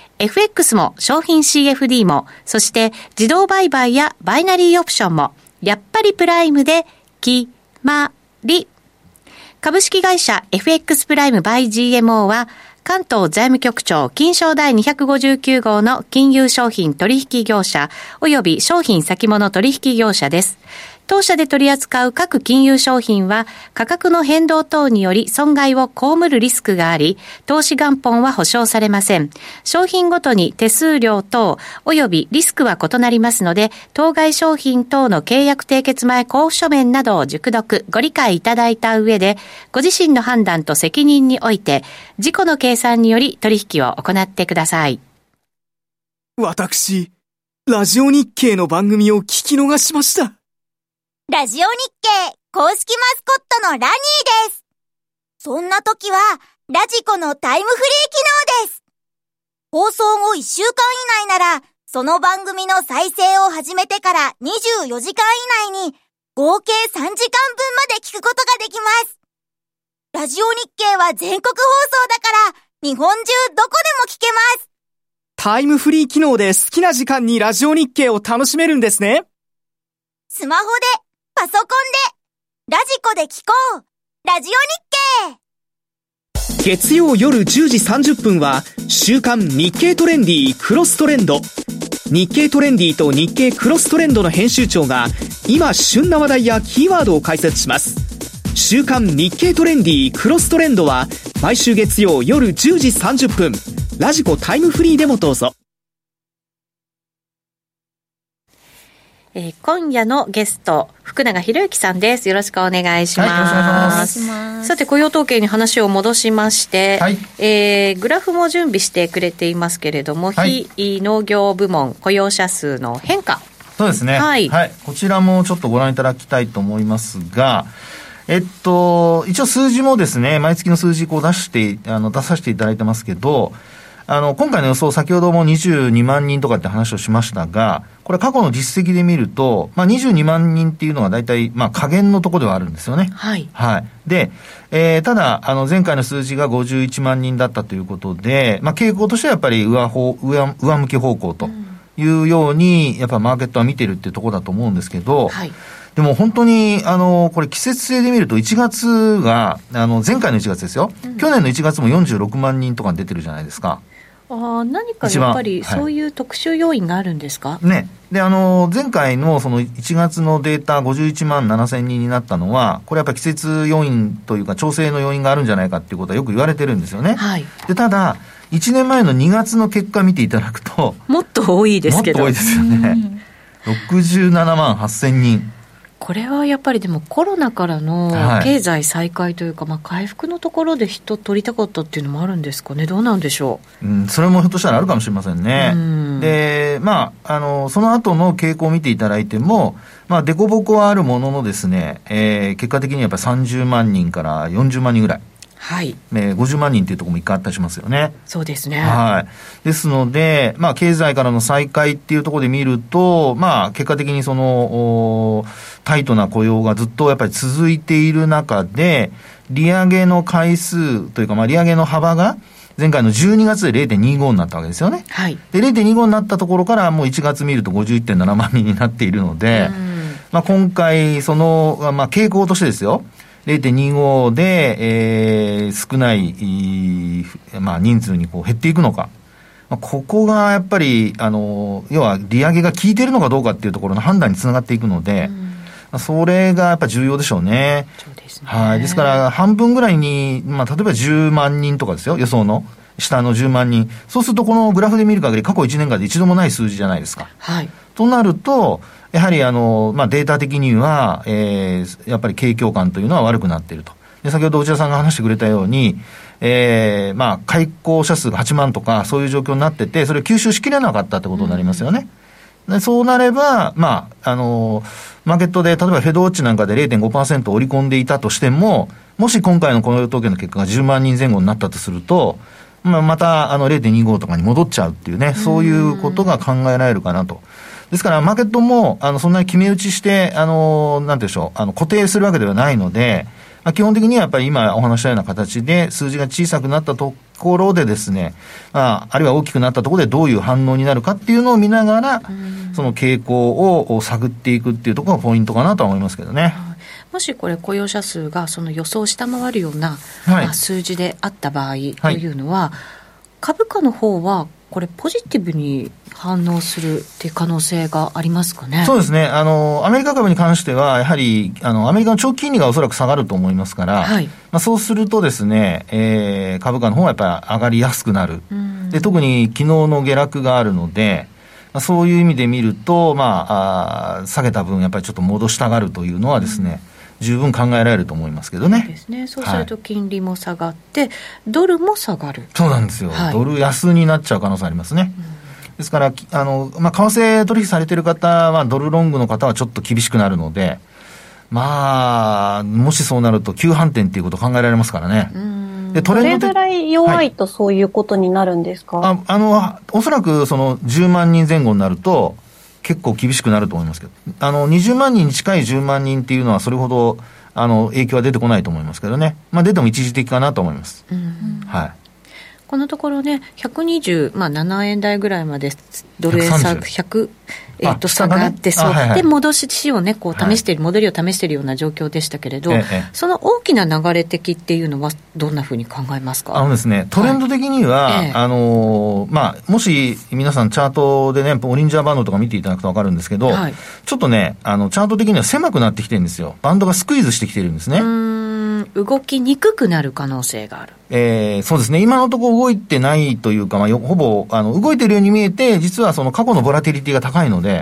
。FX も商品 CFD も、そして自動売買やバイナリーオプションも、やっぱりプライムで決まり。株式会社 FX プライム by GMO は、関東財務局長金商第259号の金融商品取引業者及び商品先物取引業者です。当社で取り扱う各金融商品は価格の変動等により損害を被るリスクがあり、投資元本は保証されません。商品ごとに手数料等及びリスクは異なりますので、当該商品等の契約締結前交付書面などを熟読、ご理解いただいた上で、ご自身の判断と責任において、自己の計算により取引を行ってください。 私、ラジオ日経の番組を聞き逃しました。 ラジオ日経公式マスコットのラニーです。そんな時は、ラジコのタイムフリー機能です。放送後1週間以内なら、その番組の再生を始めてから24時間以内に、合計3時間分まで聞くことができます。ラジオ日経は全国放送だから、日本中どこでも聞けます。 タイムフリー機能で好きな時間にラジオ日経を楽しめるんですね。 スマホで、パソコンで、ラジコで聞こう。ラジオ日経。 月曜夜10時30分は、週刊日経トレンディクロストレンド。日経トレンディと日経クロストレンドの編集長が、今旬な話題やキーワードを解説します。週刊日経トレンディクロストレンドは、毎週月曜夜10時30分、ラジコタイムフリーでもどうぞ。 今夜のゲスト福永博之さんです。よろしくお願いします。 はい、よろしくお願いします。さて雇用統計に話を戻しまして、はい、グラフも準備してくれていますけれども、はい、非農業部門雇用者数の変化、 そうですね、はいはい、こちらもちょっとご覧いただきたいと思いますが、一応数字もですね、毎月の数字出させていただいてますけど、今回の予想、先ほども22万人とかって話をしましたが、これ過去の実績で見ると、22万人っていうのが大体、下限のところではあるんですよね。 はい。 はい。で、ただ、前回の数字が51万人だったということで、傾向としてはやっぱり上向き方向というように、やっぱマーケットは見てるっていうところだと思うんですけど、はい。でも本当に、これ季節性で見ると1月が、前回の1月ですよ。去年の1月も46万人とか出てるじゃないですか。 何かやっぱりそういう特殊要因があるんですか、 はい、ね。で、前回のその1月のデータ51万7千人になったのは、これやっぱり季節要因というか調整の要因があるんじゃないかっていうことはよく言われてるんですよね。 はい。 で、ただ、1年前の2月の結果見ていただくと、 もっと多いですけど。 もっと多いですよね。67万8千人。 これはやっぱりでもコロナからの経済再開というか、回復のところで人取りたかったっていうのもあるんですかね。どうなんでしょう。それもひょっとしたらあるかもしれませんね。で、その後の傾向を見ていただいても、デコボコはあるもののですね、結果的にやっぱり30万人から40万人ぐらい。 はい。 50万人っていうところも一回あったりしますよね。 そうですね。 はい。ですので、経済からの再開っていうところで見ると、結果的にその、タイトな雇用がずっとやっぱり続いている中で、利上げの回数というか、利上げの幅が、前回の12月で 0.25 になったわけですよね。 はい。 で、0.25 になったところからもう1月見ると 51.7 万人になっているので、今回、その、傾向としてですよ。0.25 で、少ない、人数にこう減っていくのか。ここがやっぱり、要は利上げが効いているのかどうかっていうところの判断につながっていくので、それがやっぱり重要でしょうね。 そうですね。 はい。ですから、半分ぐらいに、例えば10万人とかですよ、予想の。下の10万人。そうすると、このグラフで見る限り、過去1年間で一度もない数字じゃないですか。 はい。 となると、やはりデータ的には、やっぱり景況感というのは悪くなっていると。で、先ほど内田さんが話してくれたように、開校者数が8万とか、そういう状況になってて、それを吸収しきれなかったってことになりますよね。でそうなれば、マーケットで、例えばフェドウォッチなんかで 0.5% 織り込んでいたとしても、もし今回の雇用統計の結果が10万人前後になったとすると、また0.25 とかに戻っちゃうっていうね、そういうことが考えられるかなと。ですから、マーケットも、そんなに決め打ちして、なんていうんでしょう、固定するわけではないので、基本的にはやっぱり今お話したような形で、数字が小さくなったところでですね、あるいは大きくなったところでどういう反応になるかっていうのを見ながら、その傾向を探っていくっていうところがポイントかなとは思いますけどね。 もしこれ雇用者数がその予想を下回るような、数字であった場合というのは、株価の方はこれポジティブに反応するっていう可能性がありますかね。 そうですね。アメリカ株に関してはやはりアメリカの長期金利がおそらく下がると思いますから、はい、そうするとですね、株価の方はやっぱり上がりやすくなる。で、特に昨日の下落があるので、そういう意味で見ると、下げた分やっぱりちょっと戻したがるというのはですね、十分考えられると思いますけどね。 そうですね。そうすると金利も下がって、ドルも下がる。 そうなんですよ。ドル安になっちゃう可能性ありますね。ですから、為替取引されている方は、ドルロングの方はちょっと厳しくなるので、もしそうなると急反転っていうこと考えられますからね。 で、どれぐらい弱いとそういうことになるんですか？ おそらくその10万人前後になると、結構厳しくなると思いますけど、20万人に近い10万人っていうのはそれほど影響は出てこないと思いますけどね。出ても一時的かなと思います。はい。 このところね、127円台ぐらいまでドル円下がって、そう、で戻しをね、こう試している、戻りを試しているような状況でしたけれど、その大きな流れ的っていうのはどんなふうに考えますか？ ですね、トレンド的には、もし皆さんチャートでね、ボリンジャーバンドとか見ていただくと分かるんですけど、ちょっとね、チャート的には狭くなってきてるんですよ。バンドがスクイーズしてきてるんですね。 動きにくくなる可能性がある。 そうですね。今のところ動いてないというか、ほぼ動いてるように見えて、実はその過去のボラティリティが高いので、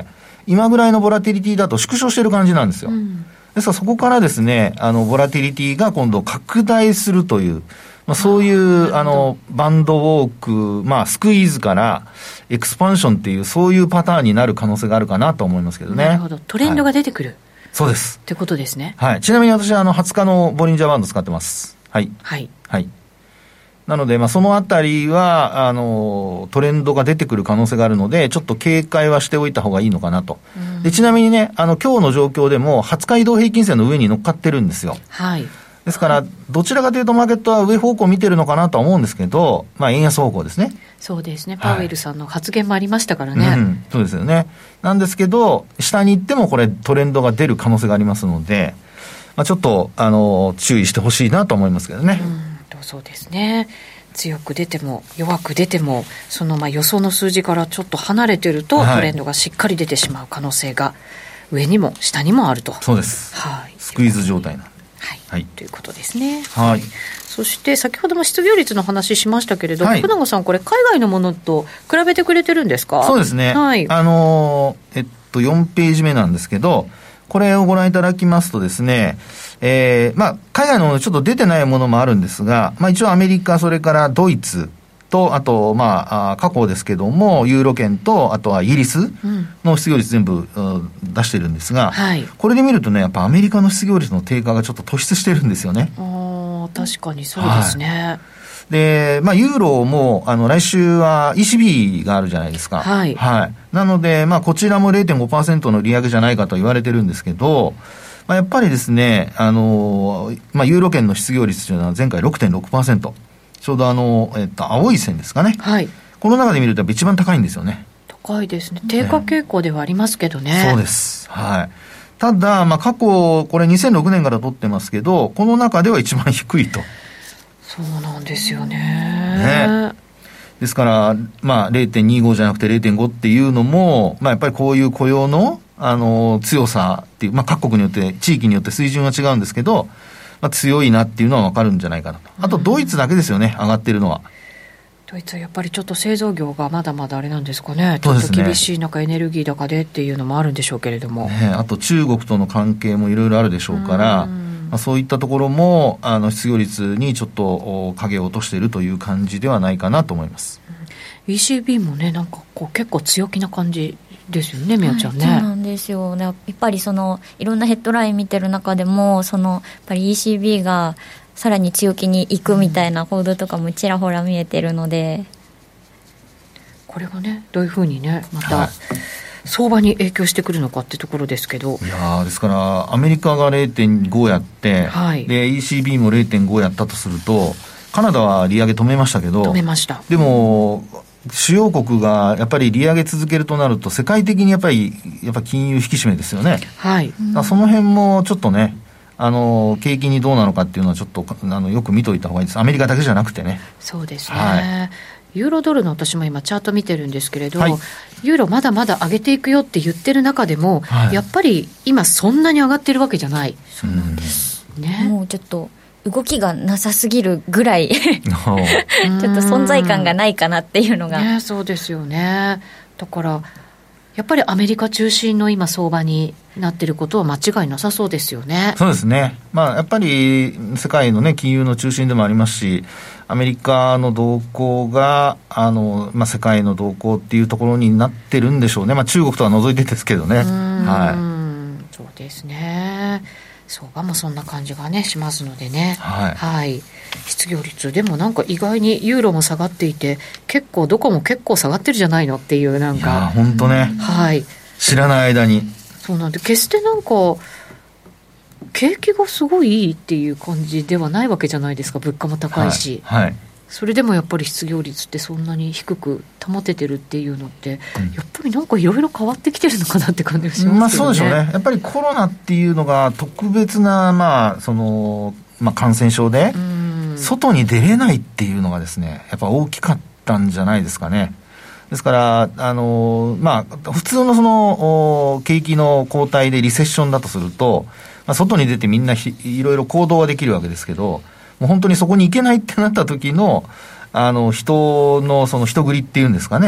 今ぐらいのボラティリティだと縮小してる感じなんですよ。ですからそこからですね、ボラティリティが今度拡大するという、そういうバンドウォーク、スクイーズからエクスパンションっていうそういうパターンになる可能性があるかなと思いますけどね。 なるほど。トレンドが出てくる、 そうです。 ってことですね。 はい。ちなみに私は20日のボリンジャーバンド使ってます。はい。はい。はい。なので、そのあたりは、トレンドが出てくる可能性があるので、ちょっと警戒はしておいた方がいいのかなと。で、ちなみにね、今日の状況でも、20日移動平均線の上に乗っかってるんですよ。はい。ですから、どちらかというとマーケットは上方向を見てるのかなとは思うんですけど、円安方向ですね。 そうですね。パウエルさんの発言もありましたからね。 そうですよね。なんですけど、下に行ってもこれトレンドが出る可能性がありますので、ちょっと、注意してほしいなと思いますけどね。 そうですね。強く出ても弱く出てもその予想の数字からちょっと離れてると、トレンドがしっかり出てしまう可能性が上にも下にもあると。 そうです。はい。スクイーズ状態なんで。 はい。ということですね。 はい。 そして先ほども失業率の話しましたけれど、福永さんこれ海外のものと比べてくれてるんですか？ そうですね。はい。4ページ目なんですけど、これをご覧いただきますとですね、海外のものちょっと出てないものもあるんですが、一応アメリカ、それからドイツと、あと、過去ですけども、ユーロ圏と、あとはイギリスの失業率全部、出してるんですが、これで見るとね、やっぱアメリカの失業率の低下がちょっと突出してるんですよね。 確かにそうですね。 で、ユーロも、来週は ECB があるじゃないですか。はい。はい。なので、こちらも 0.5% の利上げじゃないかと言われてるんですけど、やっぱりですね、ユーロ圏の失業率というのは前回 6.6%。ちょうど青い線ですかね。はい。この中で見ると一番高いんですよね。 高いですね。低下傾向ではありますけどね。 そうです。はい。ただ、過去、これ2006年から取ってますけど、この中では一番低いと。 そうなんですよね。 ですから、0.25 じゃなくて 0.5 っていうのも、やっぱりこういう雇用の、強さっていう、各国によって、地域によって水準は違うんですけど、強いなっていうのは分かるんじゃないかなと。あと、ドイツだけですよね、上がってるのは。 ドイツはやっぱりちょっと製造業がまだまだあれなんですかね。ちょっと厳しい中、エネルギー高でっていうのもあるんでしょうけれども。 あと、中国との関係もいろいろあるでしょうから、そういったところも失業率にちょっと影を落としているという感じではないかなと思います。 ECB もね、なんか結構強気な感じですよね、みやちゃんね。 そうなんですよ。やっぱりいろんなヘッドライン見てる中でもやっぱり ECB がさらに強気に行くみたいな報道とかもちらほら見えてるので、 これがねどういうふうにねまた、相場に影響してくるのかってところですけど。 いやですからアメリカが 0.5 やって、で ECB も 0.5 やったとすると、カナダは利上げ止めましたけど、 止めました。 でも主要国がやっぱり利上げ続けるとなると、世界的にやっぱ金融引き締めですよね。はい。その辺もちょっとね、景気にどうなのかっていうのはちょっとよく見といた方がいいです。アメリカだけじゃなくてね。 そうですね。ユーロドルの私も今チャート見てるんですけれど、ユーロまだまだ上げていくよって言ってる中でも、やっぱり今そんなに上がってるわけじゃない。 そうなんです、もうちょっと動きがなさすぎるぐらいちょっと存在感がないかなっていうのが、 そうですよね。だからやっぱりアメリカ中心の今相場になっていることは間違いなさそうですよね。 そうですね。やっぱり世界のね金融の中心でもありますし、アメリカの動向が世界の動向っていうところになってるんでしょうね。中国とは除いてですけどね。 そうですね。相場もそんな感じがねしますのでね。失業率でもなんか意外にユーロも下がっていて、結構どこも結構下がってるじゃないのっていうなんか。 いや本当ね。知らない間に。 そうなんで、決してなんか景気がすごいいいっていう感じではないわけじゃないですか。物価も高いし。それでもやっぱり失業率ってそんなに低く保ててるっていうのって、やっぱりなんかいろいろ変わってきてるのかなって感じがしますけどね。 そうでしょうね。やっぱりコロナっていうのが特別な感染症で外に出れないっていうのがですね、やっぱ大きかったんじゃないですかね。ですから普通の景気の後退でリセッションだとすると、外に出てみんないろいろ行動はできるわけですけど、もう本当にそこに行けないってなった時の人のその人繰りっていうんですかね、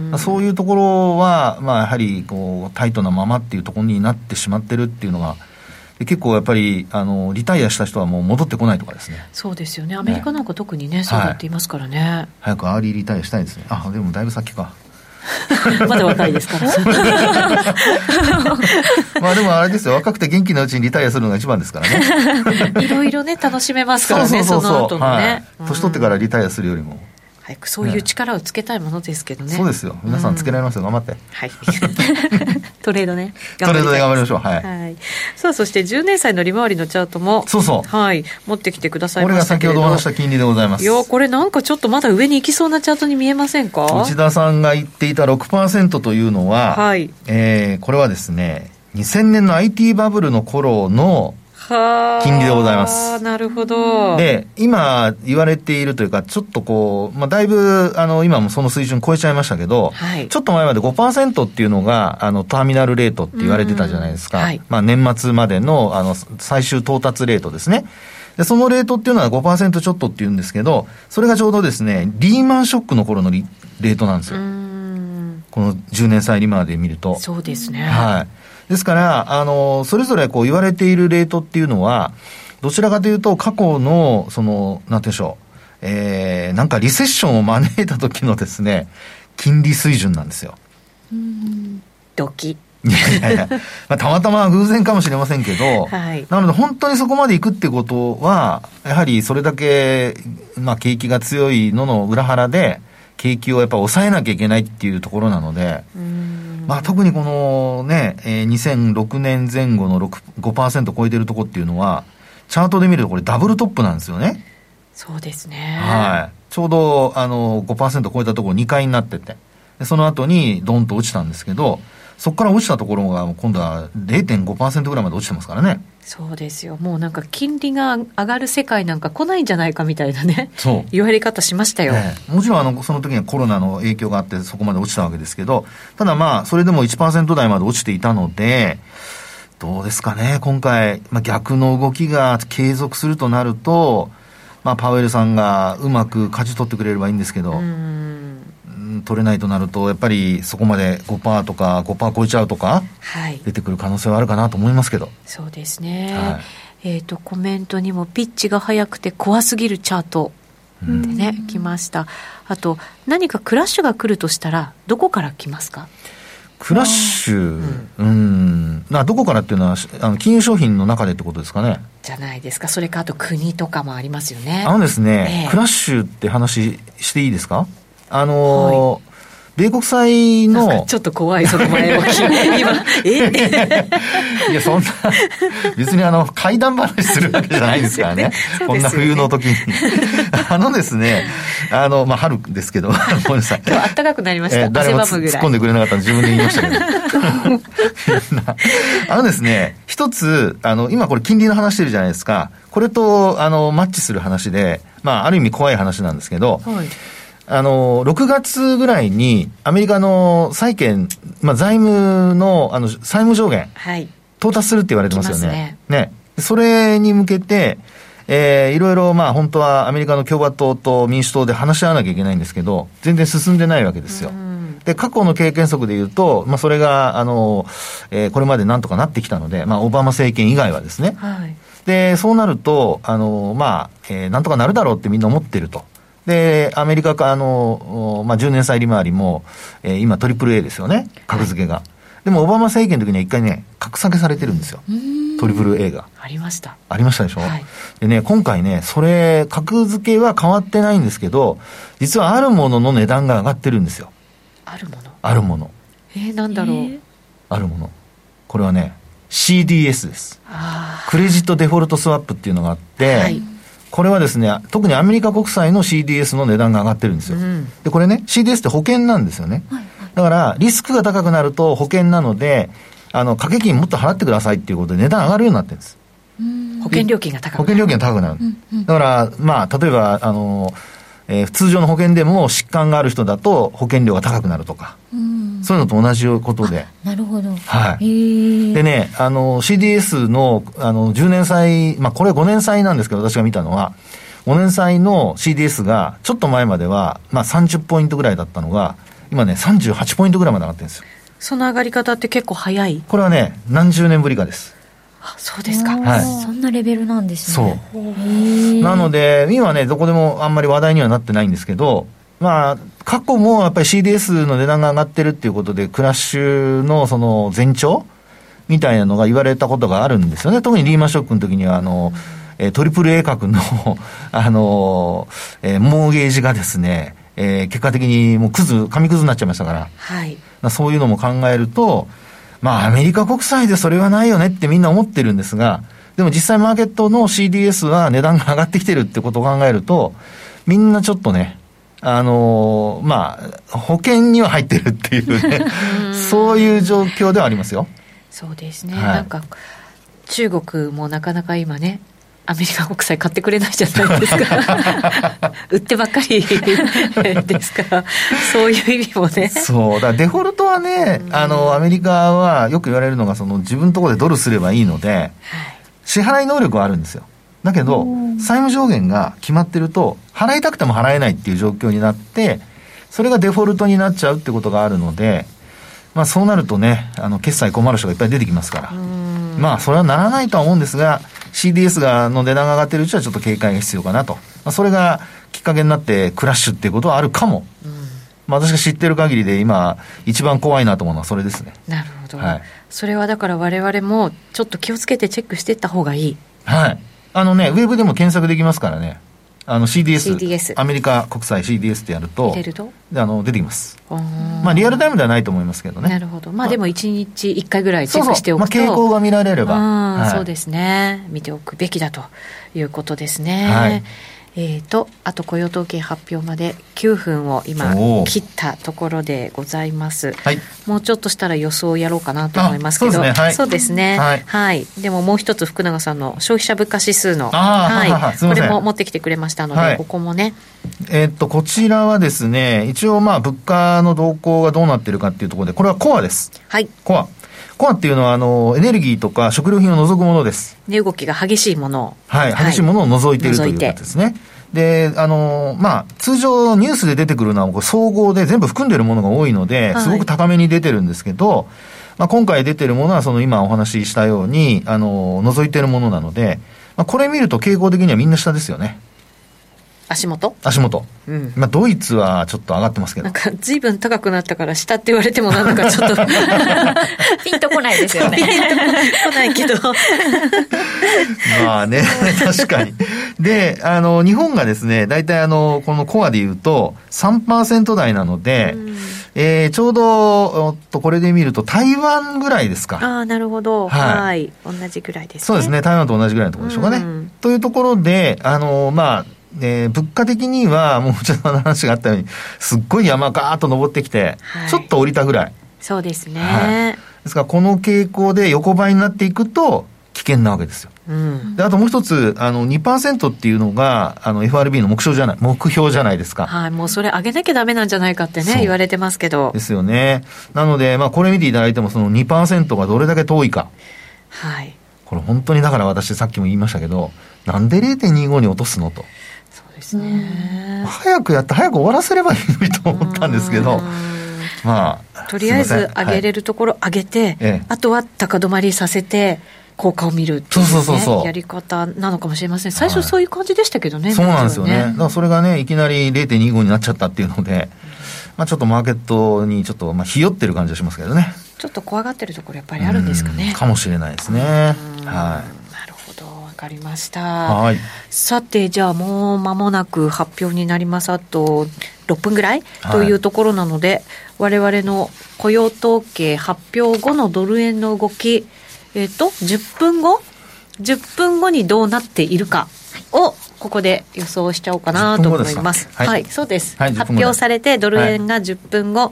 そういうところは、まあ、やはりこうタイトなままっていうところになってしまってるっていうのが、結構やっぱりリタイアした人はもう戻ってこないとかですね。 そうですよね。アメリカなんか特にね、そうやって言いますからね。 早くアーリーリタイアしたいですね。あ、でもだいぶ先か。 まだ若いですからまあでもあれですよ、若くて元気なうちにリタイアするのが一番ですからね。 いろいろね楽しめますからね。その後のね、 年取ってからリタイアするよりも早くそういう力をつけたいものですけどね。 そうですよ、皆さんつけられますよ、頑張って。 はいトレードね、 トレードで頑張りましょう。はい、 はい、さあそして10年債の利回りのチャートもはい、持ってきてくださいましたけれど、 これが先ほどお話した金利でございます。 いやこれなんかちょっとまだ上に行きそうなチャートに見えませんか。 内田さんが言っていた 6% というのは、 はい、 これはですね、2000年の IT バブルの頃の金利でございます。 なるほど。 で、今言われているというか、ちょっとこう、まあ、だいぶ今もその水準超えちゃいましたけど、はい、ちょっと前まで 5% っていうのがターミナルレートって言われてたじゃないですか。はい、まあ、年末までの最終到達レートですね。で、そのレートっていうのは 5% ちょっとっていうんですけど、それがちょうどですね、リーマンショックの頃のレートなんですよ。この10年債利回りで見ると。 そうですね。 はい。ですから、それぞれこう言われているレートっていうのは、どちらかというと過去の、なんていうんでしょう、なんかリセッションを招いた時のですね、金利水準なんですよ。 ドキ。 まあ、たまたま偶然かもしれませんけど、はい、なので本当にそこまで行くってことは、やはりそれだけ、まあ、景気が強いのの裏腹で、景気をやっぱ抑えなきゃいけないっていうところなので、まあ、特にこのね、2006年前後の 5% 超えてるとこっていうのは、チャートで見るとこれダブルトップなんですよね。 そうですね。 はい。ちょうど5% 超えたところ2回になってて、でその後にドンと落ちたんですけど、そこから落ちたところが今度は 0.5% ぐらいまで落ちてますからね。 そうですよ。もうなんか金利が上がる世界なんか来ないんじゃないかみたいなね、そう言われ方しましたよ。 もちろんその時にはコロナの影響があってそこまで落ちたわけですけど、ただまあそれでも 1% 台まで落ちていたので、どうですかね今回、まあ、逆の動きが継続するとなると、まあ、パウエルさんがうまく舵取ってくれればいいんですけど、取れないとなるとやっぱりそこまで 5% とか 5% 超えちゃうとか、はい、出てくる可能性はあるかなと思いますけど。 そうですね、はい、コメントにもピッチが速くて怖すぎるチャートでね、来ました。あと何かクラッシュが来るとしたらどこから来ますか。 クラッシュ、どこからっていうのは金融商品の中でってことですかね。 じゃないですか。それかあと国とかもありますよね。 ですね、クラッシュって話していいですか。はい、米国債のちょっと怖いその前置き今いやそんな別に怪談話するわけじゃないですからねこんな冬の時にですねまあ春ですけどごめんなさい今日暖かくなりました。 誰も突っ込んでくれなかったので自分で言いましたけどですね、一つ今これ金利の話してるじゃないですか。これとマッチする話で、まあある意味怖い話なんですけど、はい、6月ぐらいにアメリカの債券、まあ、財務の債務上限、はい、到達するって言われてますよね。ね。それに向けて、いろいろまあ本当はアメリカの共和党と民主党で話し合わなきゃいけないんですけど、全然進んでないわけですよ。で、過去の経験則で言うと、まあそれがこれまでなんとかなってきたので、まあオバマ政権以外はですね。はい、で、そうなるとまあ、なんとかなるだろうってみんな思ってると。で、アメリカまあ、10年債利回りも、今 AAA ですよね、格付けが。はい、でも、オバマ政権の時には一回ね、格下げされてるんですよ。AAA が。 ありました。 ありましたでしょ。はい、でね、今回ね、格付けは変わってないんですけど、実はあるものの値段が上がってるんですよ。 あるもの。 あるもの。 なんだろう。 あるもの。これはね、CDS です。クレジットデフォルトスワップっていうのがあって、はい、これはですね、特にアメリカ国債の CDS の値段が上がってるんですよ。で、これね、CDS って保険なんですよね。はいはい、だから、リスクが高くなると保険なので、掛け金もっと払ってくださいっていうことで値段上がるようになってるんです。 保険料金が高くなる。 保険料金が高くなる。だから、まあ、例えば、通常の保険でも疾患がある人だと保険料が高くなるとか、そういうのと同じことで。 なるほど。 はい。でね、CDS の、10年債、まあ、これ5年債なんですけど、私が見たのは、5年債の CDS が、ちょっと前までは、まあ、30ポイントぐらいだったのが、 今ね38ポイントぐらいまで上がってるんですよ。 その上がり方って結構早い？ これはね何十年ぶりかです。 あ、そうですか、 はい、 そんなレベルなんですね。 そうなので今はねどこでもあんまり話題にはなってないんですけど、まあ過去もやっぱり CDS の値段が上がってるっていうことでクラッシュのその前兆みたいなのが言われたことがあるんですよね。特にリーマンショックの時にはトリプル A 格のモーゲージがですね、結果的にもう紙くずになっちゃいましたから、 はい、 そういうのも考えると、まあアメリカ国債でそれはないよねってみんな思ってるんですが、でも実際マーケットの CDS は値段が上がってきてるってことを考えると、みんなちょっとね、まあ保険には入ってるっていうねそういう状況ではありますよ。 そうですね、 はい、 なんか中国もなかなか今ねアメリカ国債買ってくれないじゃないですか売ってばっかりですからそういう意味もね。 そうだからデフォルトはね、アメリカはよく言われるのがその自分のところでドルすればいいので、はい、支払い能力はあるんですよ。だけど債務上限が決まってると払いたくても払えないっていう状況になって、それがデフォルトになっちゃうってことがあるので、まあそうなるとね決済困る人がいっぱい出てきますから、まあそれはならないとは思うんですが、 CDS の値段が上がってるうちはちょっと警戒が必要かなと、まあ、それがきっかけになってクラッシュっていうことはあるかも、まあ、私が知ってる限りで今一番怖いなと思うのはそれですね。 なるほど、 はい、 それはだから我々もちょっと気をつけてチェックしていった方がいい。 はい、ウェブでも検索できますからね。CDS アメリカ国債 CDS ってやると入れると出てきます。まあリアルタイムではないと思いますけどね。 なるほど。まあでも1日1回ぐらいチェックしておくと、 そうそう、まあ、傾向が見られれば、 はい、そうですね、見ておくべきだということですね。はい、あと雇用統計発表まで9分を今切ったところでございます、はい、もうちょっとしたら予想をやろうかなと思いますけど、そうですね、はいはい、でももう一つ福永さんの消費者物価指数の、はい、これも持ってきてくれましたので、はい、ここもねこちらはですね、一応まあ物価の動向がどうなっているかっていうところで、これはコアです。はい、コアっていうのはエネルギーとか食料品を除くものです。 値動きが激しいものを、 はい、激しいものを除いているということですね。でまあ、通常ニュースで出てくるのは総合で全部含んでいるものが多いので、すごく高めに出てるんですけど、まあ、今回出てるものはその今お話ししたように除いているものなので、まあ、これ見ると傾向的にはみんな下ですよね。 足元、 うん、まあ、ドイツはちょっと上がってますけど、 なんか随分高くなったから下って言われてもなんだかちょっとピンとこないですよね。 ピンとこないけどまあね確かに。で日本がですね大体このコアでいうと 3% 台なので、ちょうどこれで見ると台湾ぐらいですか。 ああ、なるほど、はい、同じぐらいですね。 そうですね、台湾と同じぐらいのところでしょうかね、というところでまあ物価的にはもうちょっと話があったようにすっごい山ガーッと登ってきて、はい、ちょっと降りたぐらい。 そうですね、 はい、ですからこの傾向で横ばいになっていくと危険なわけですよ、であともう一つ2% っていうのがFRB の目標じゃないですか。 はい、もうそれ上げなきゃダメなんじゃないかってね言われてますけど。 ですよね。なので、まあ、これ見ていただいてもその 2% がどれだけ遠いか。 はい、 これ本当にだから私さっきも言いましたけど、なんで 0.25 に落とすのと。 ですね、 早く終わらせればいいのにと思ったんですけど、まあとりあえず上げれるところ上げて、はい、あとは高止まりさせて効果を見るっていう、ね、そうやり方なのかもしれません。最初そういう感じでしたけどね、はい、 そうなんですよね。だからそれがねいきなり 0.25 になっちゃったっていうので、まあ、ちょっとマーケットにちょっとひよってる感じがしますけどね。 ちょっと怖がってるところやっぱりあるんですかね。 かもしれないですね。はい、 わかりました。はい、さてじゃあもう間もなく発表になります。あと6分ぐらいというところなので、はい、我々の雇用統計発表後のドル円の動き、10分後にどうなっているかをここで予想しちゃおうかなと思います。はい、はい、そうです、はい、発表されてドル円が10分後、はい、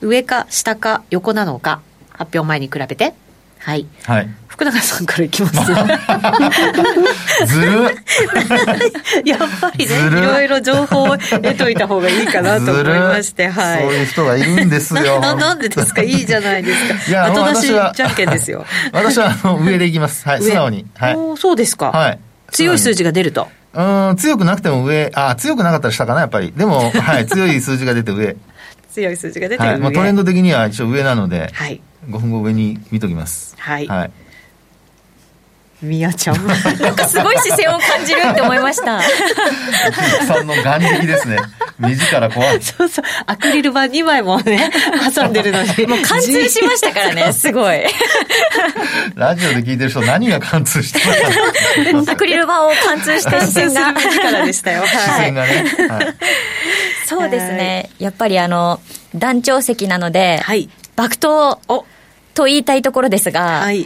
上か下か横なのか、発表前に比べて、はい、はい、福永さんからいきますよずるやっぱりね、いろいろ情報を得といた方がいいかなと思いまして、はい、 そういう人がいるんですよなんでですか。いいじゃないですか。いや、後出しじゃんけんですよ私は上でいきます、はい、素直に、はい、 そうですか、はい、強い数字が出ると、 強くなくても上、強くなかったら下かなやっぱり。でも、はい、強い数字が出て上強い数字が出て上、 トレンド的には一応上なので、 はい、 5分後上に見ときます。 はい、 はい、 みやちゃんなんかすごい視線を感じるって思いましたさんの眼力ですね。目力怖い。 そうそう、アクリル板2枚もね挟んでるのにもう貫通しましたからね。すごいラジオで聞いてる人何が貫通してるのかアクリル板を貫通した視線が目力でしたよ、はい、 視線がね、はい、 そうですね、やっぱり団長席なので、 はい、 爆投と言いたいところですが、 はい、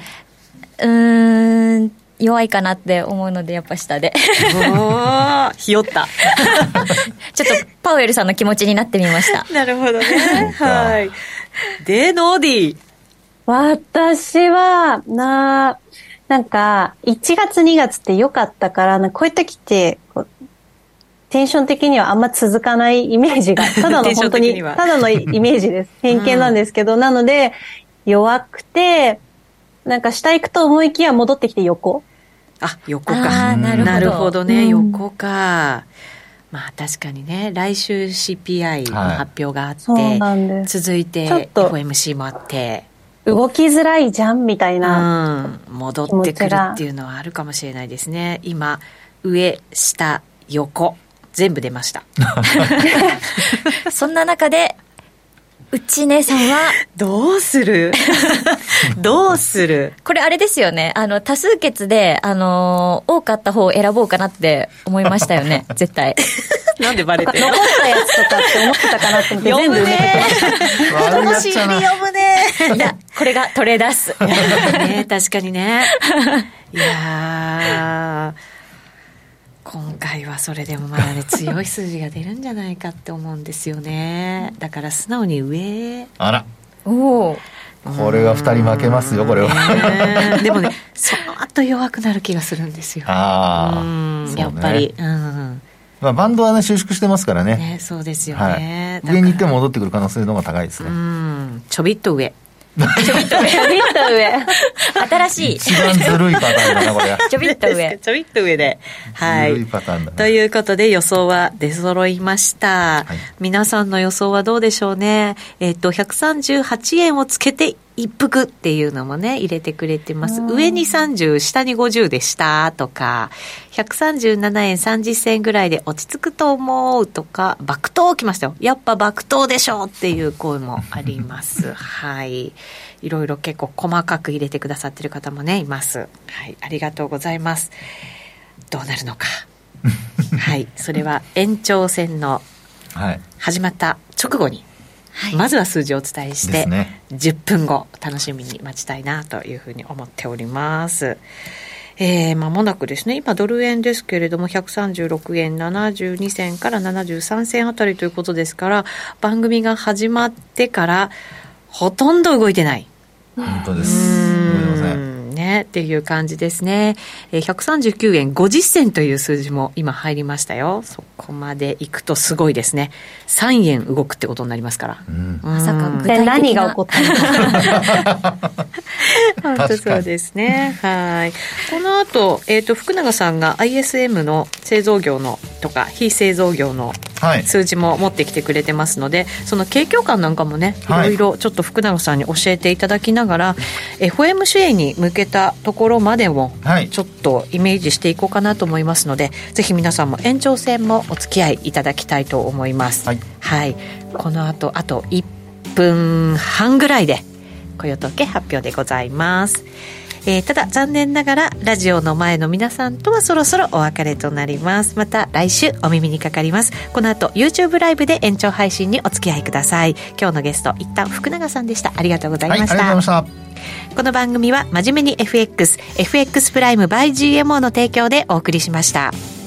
弱いかなって思うので、やっぱ下でひよったちょっとパウエルさんの気持ちになってみましたなるほどねはい。でノーディー、 私はなんか1月2月って良かったから、こういう時ってテンション的にはあんま続かないイメージが、ただの本当にただのイメージです。偏見なんですけど、なので弱くて、なんか下行くと思いきや戻ってきて横。 あ、横か。なるほどね、横か。まあ確かにね、来週 CPI の発表があって、はい、続いて FOMC もあって、 動きづらいじゃんみたいな、 戻ってくるっていうのはあるかもしれないですね。今上下横全部出ましたそんな中で内根さんはどうするどうするこれあれですよね、多数決で多かった方を選ぼうかなって思いましたよね絶対なんでバレてるの？ 残ったやつとかって思ってたかなと思って全部埋めてきました。 人の心理読むねいやこれがトレーダースね、確かにね。いや今回はそれでもまだね強い数字が出るんじゃないかって思うんですよね。だから素直に上。 あら、 おお、 これは2人負けますよこれはでもねその後弱くなる気がするんですよ。やっぱり、 まあ、バンドはね収縮してますから ねそうですよね、 はい、上に行っても戻ってくる可能性の方が高いですね。 ちょびっと上ちょびっと上新しい一番ずるいパターンだなこれちょびっと上ちょびっと上で、はい、 ずるいパターンだな。 ということで予想は出揃いました、はい、皆さんの予想はどうでしょうね。138円をつけて一服っていうのもね入れてくれてます。上に30下に50でしたとか、137円30銭ぐらいで落ち着くと思うとか、爆投きましたよ。やっぱ爆投でしょっていう声もありますはい、いろいろ結構細かく入れてくださってる方もねいます。はい、ありがとうございます。どうなるのかはい、それは延長戦の始まった直後に、はい、まずは数字をお伝えして、ね、10分後楽しみに待ちたいなというふうに思っております。間もなくですね、今ドル円ですけれども136円72銭から73銭あたりということですから、番組が始まってからほとんど動いてない。 本当です。 ね、っていう感じですね。139円50銭という数字も今入りましたよ。そこまでいくとすごいですね。3円動くってことになりますから、 まさか具体的な何が起こったのか本当そうですね。はい。この後、福永さんが ISM の製造業のとか非製造業の数字も持ってきてくれてますので、その景況感なんかもね、いろいろちょっと福永さんに教えていただきながら、FOMC に向けたところまでもちょっとイメージしていこうかなと思いますので、ぜひ皆さんも延長戦もお付き合いいただきたいと思います。はい、はい、この後あと1分半ぐらいで雇用統計発表でございます。ただ残念ながらラジオの前の皆さんとはそろそろお別れとなります。また来週お耳にかかります。この後 YouTube ライブで延長配信にお付き合いください。今日のゲスト一旦福永さんでした。ありがとうございました。 はい、ありがとうございました。 この番組は真面目に FX プライム by GMO の提供でお送りしました。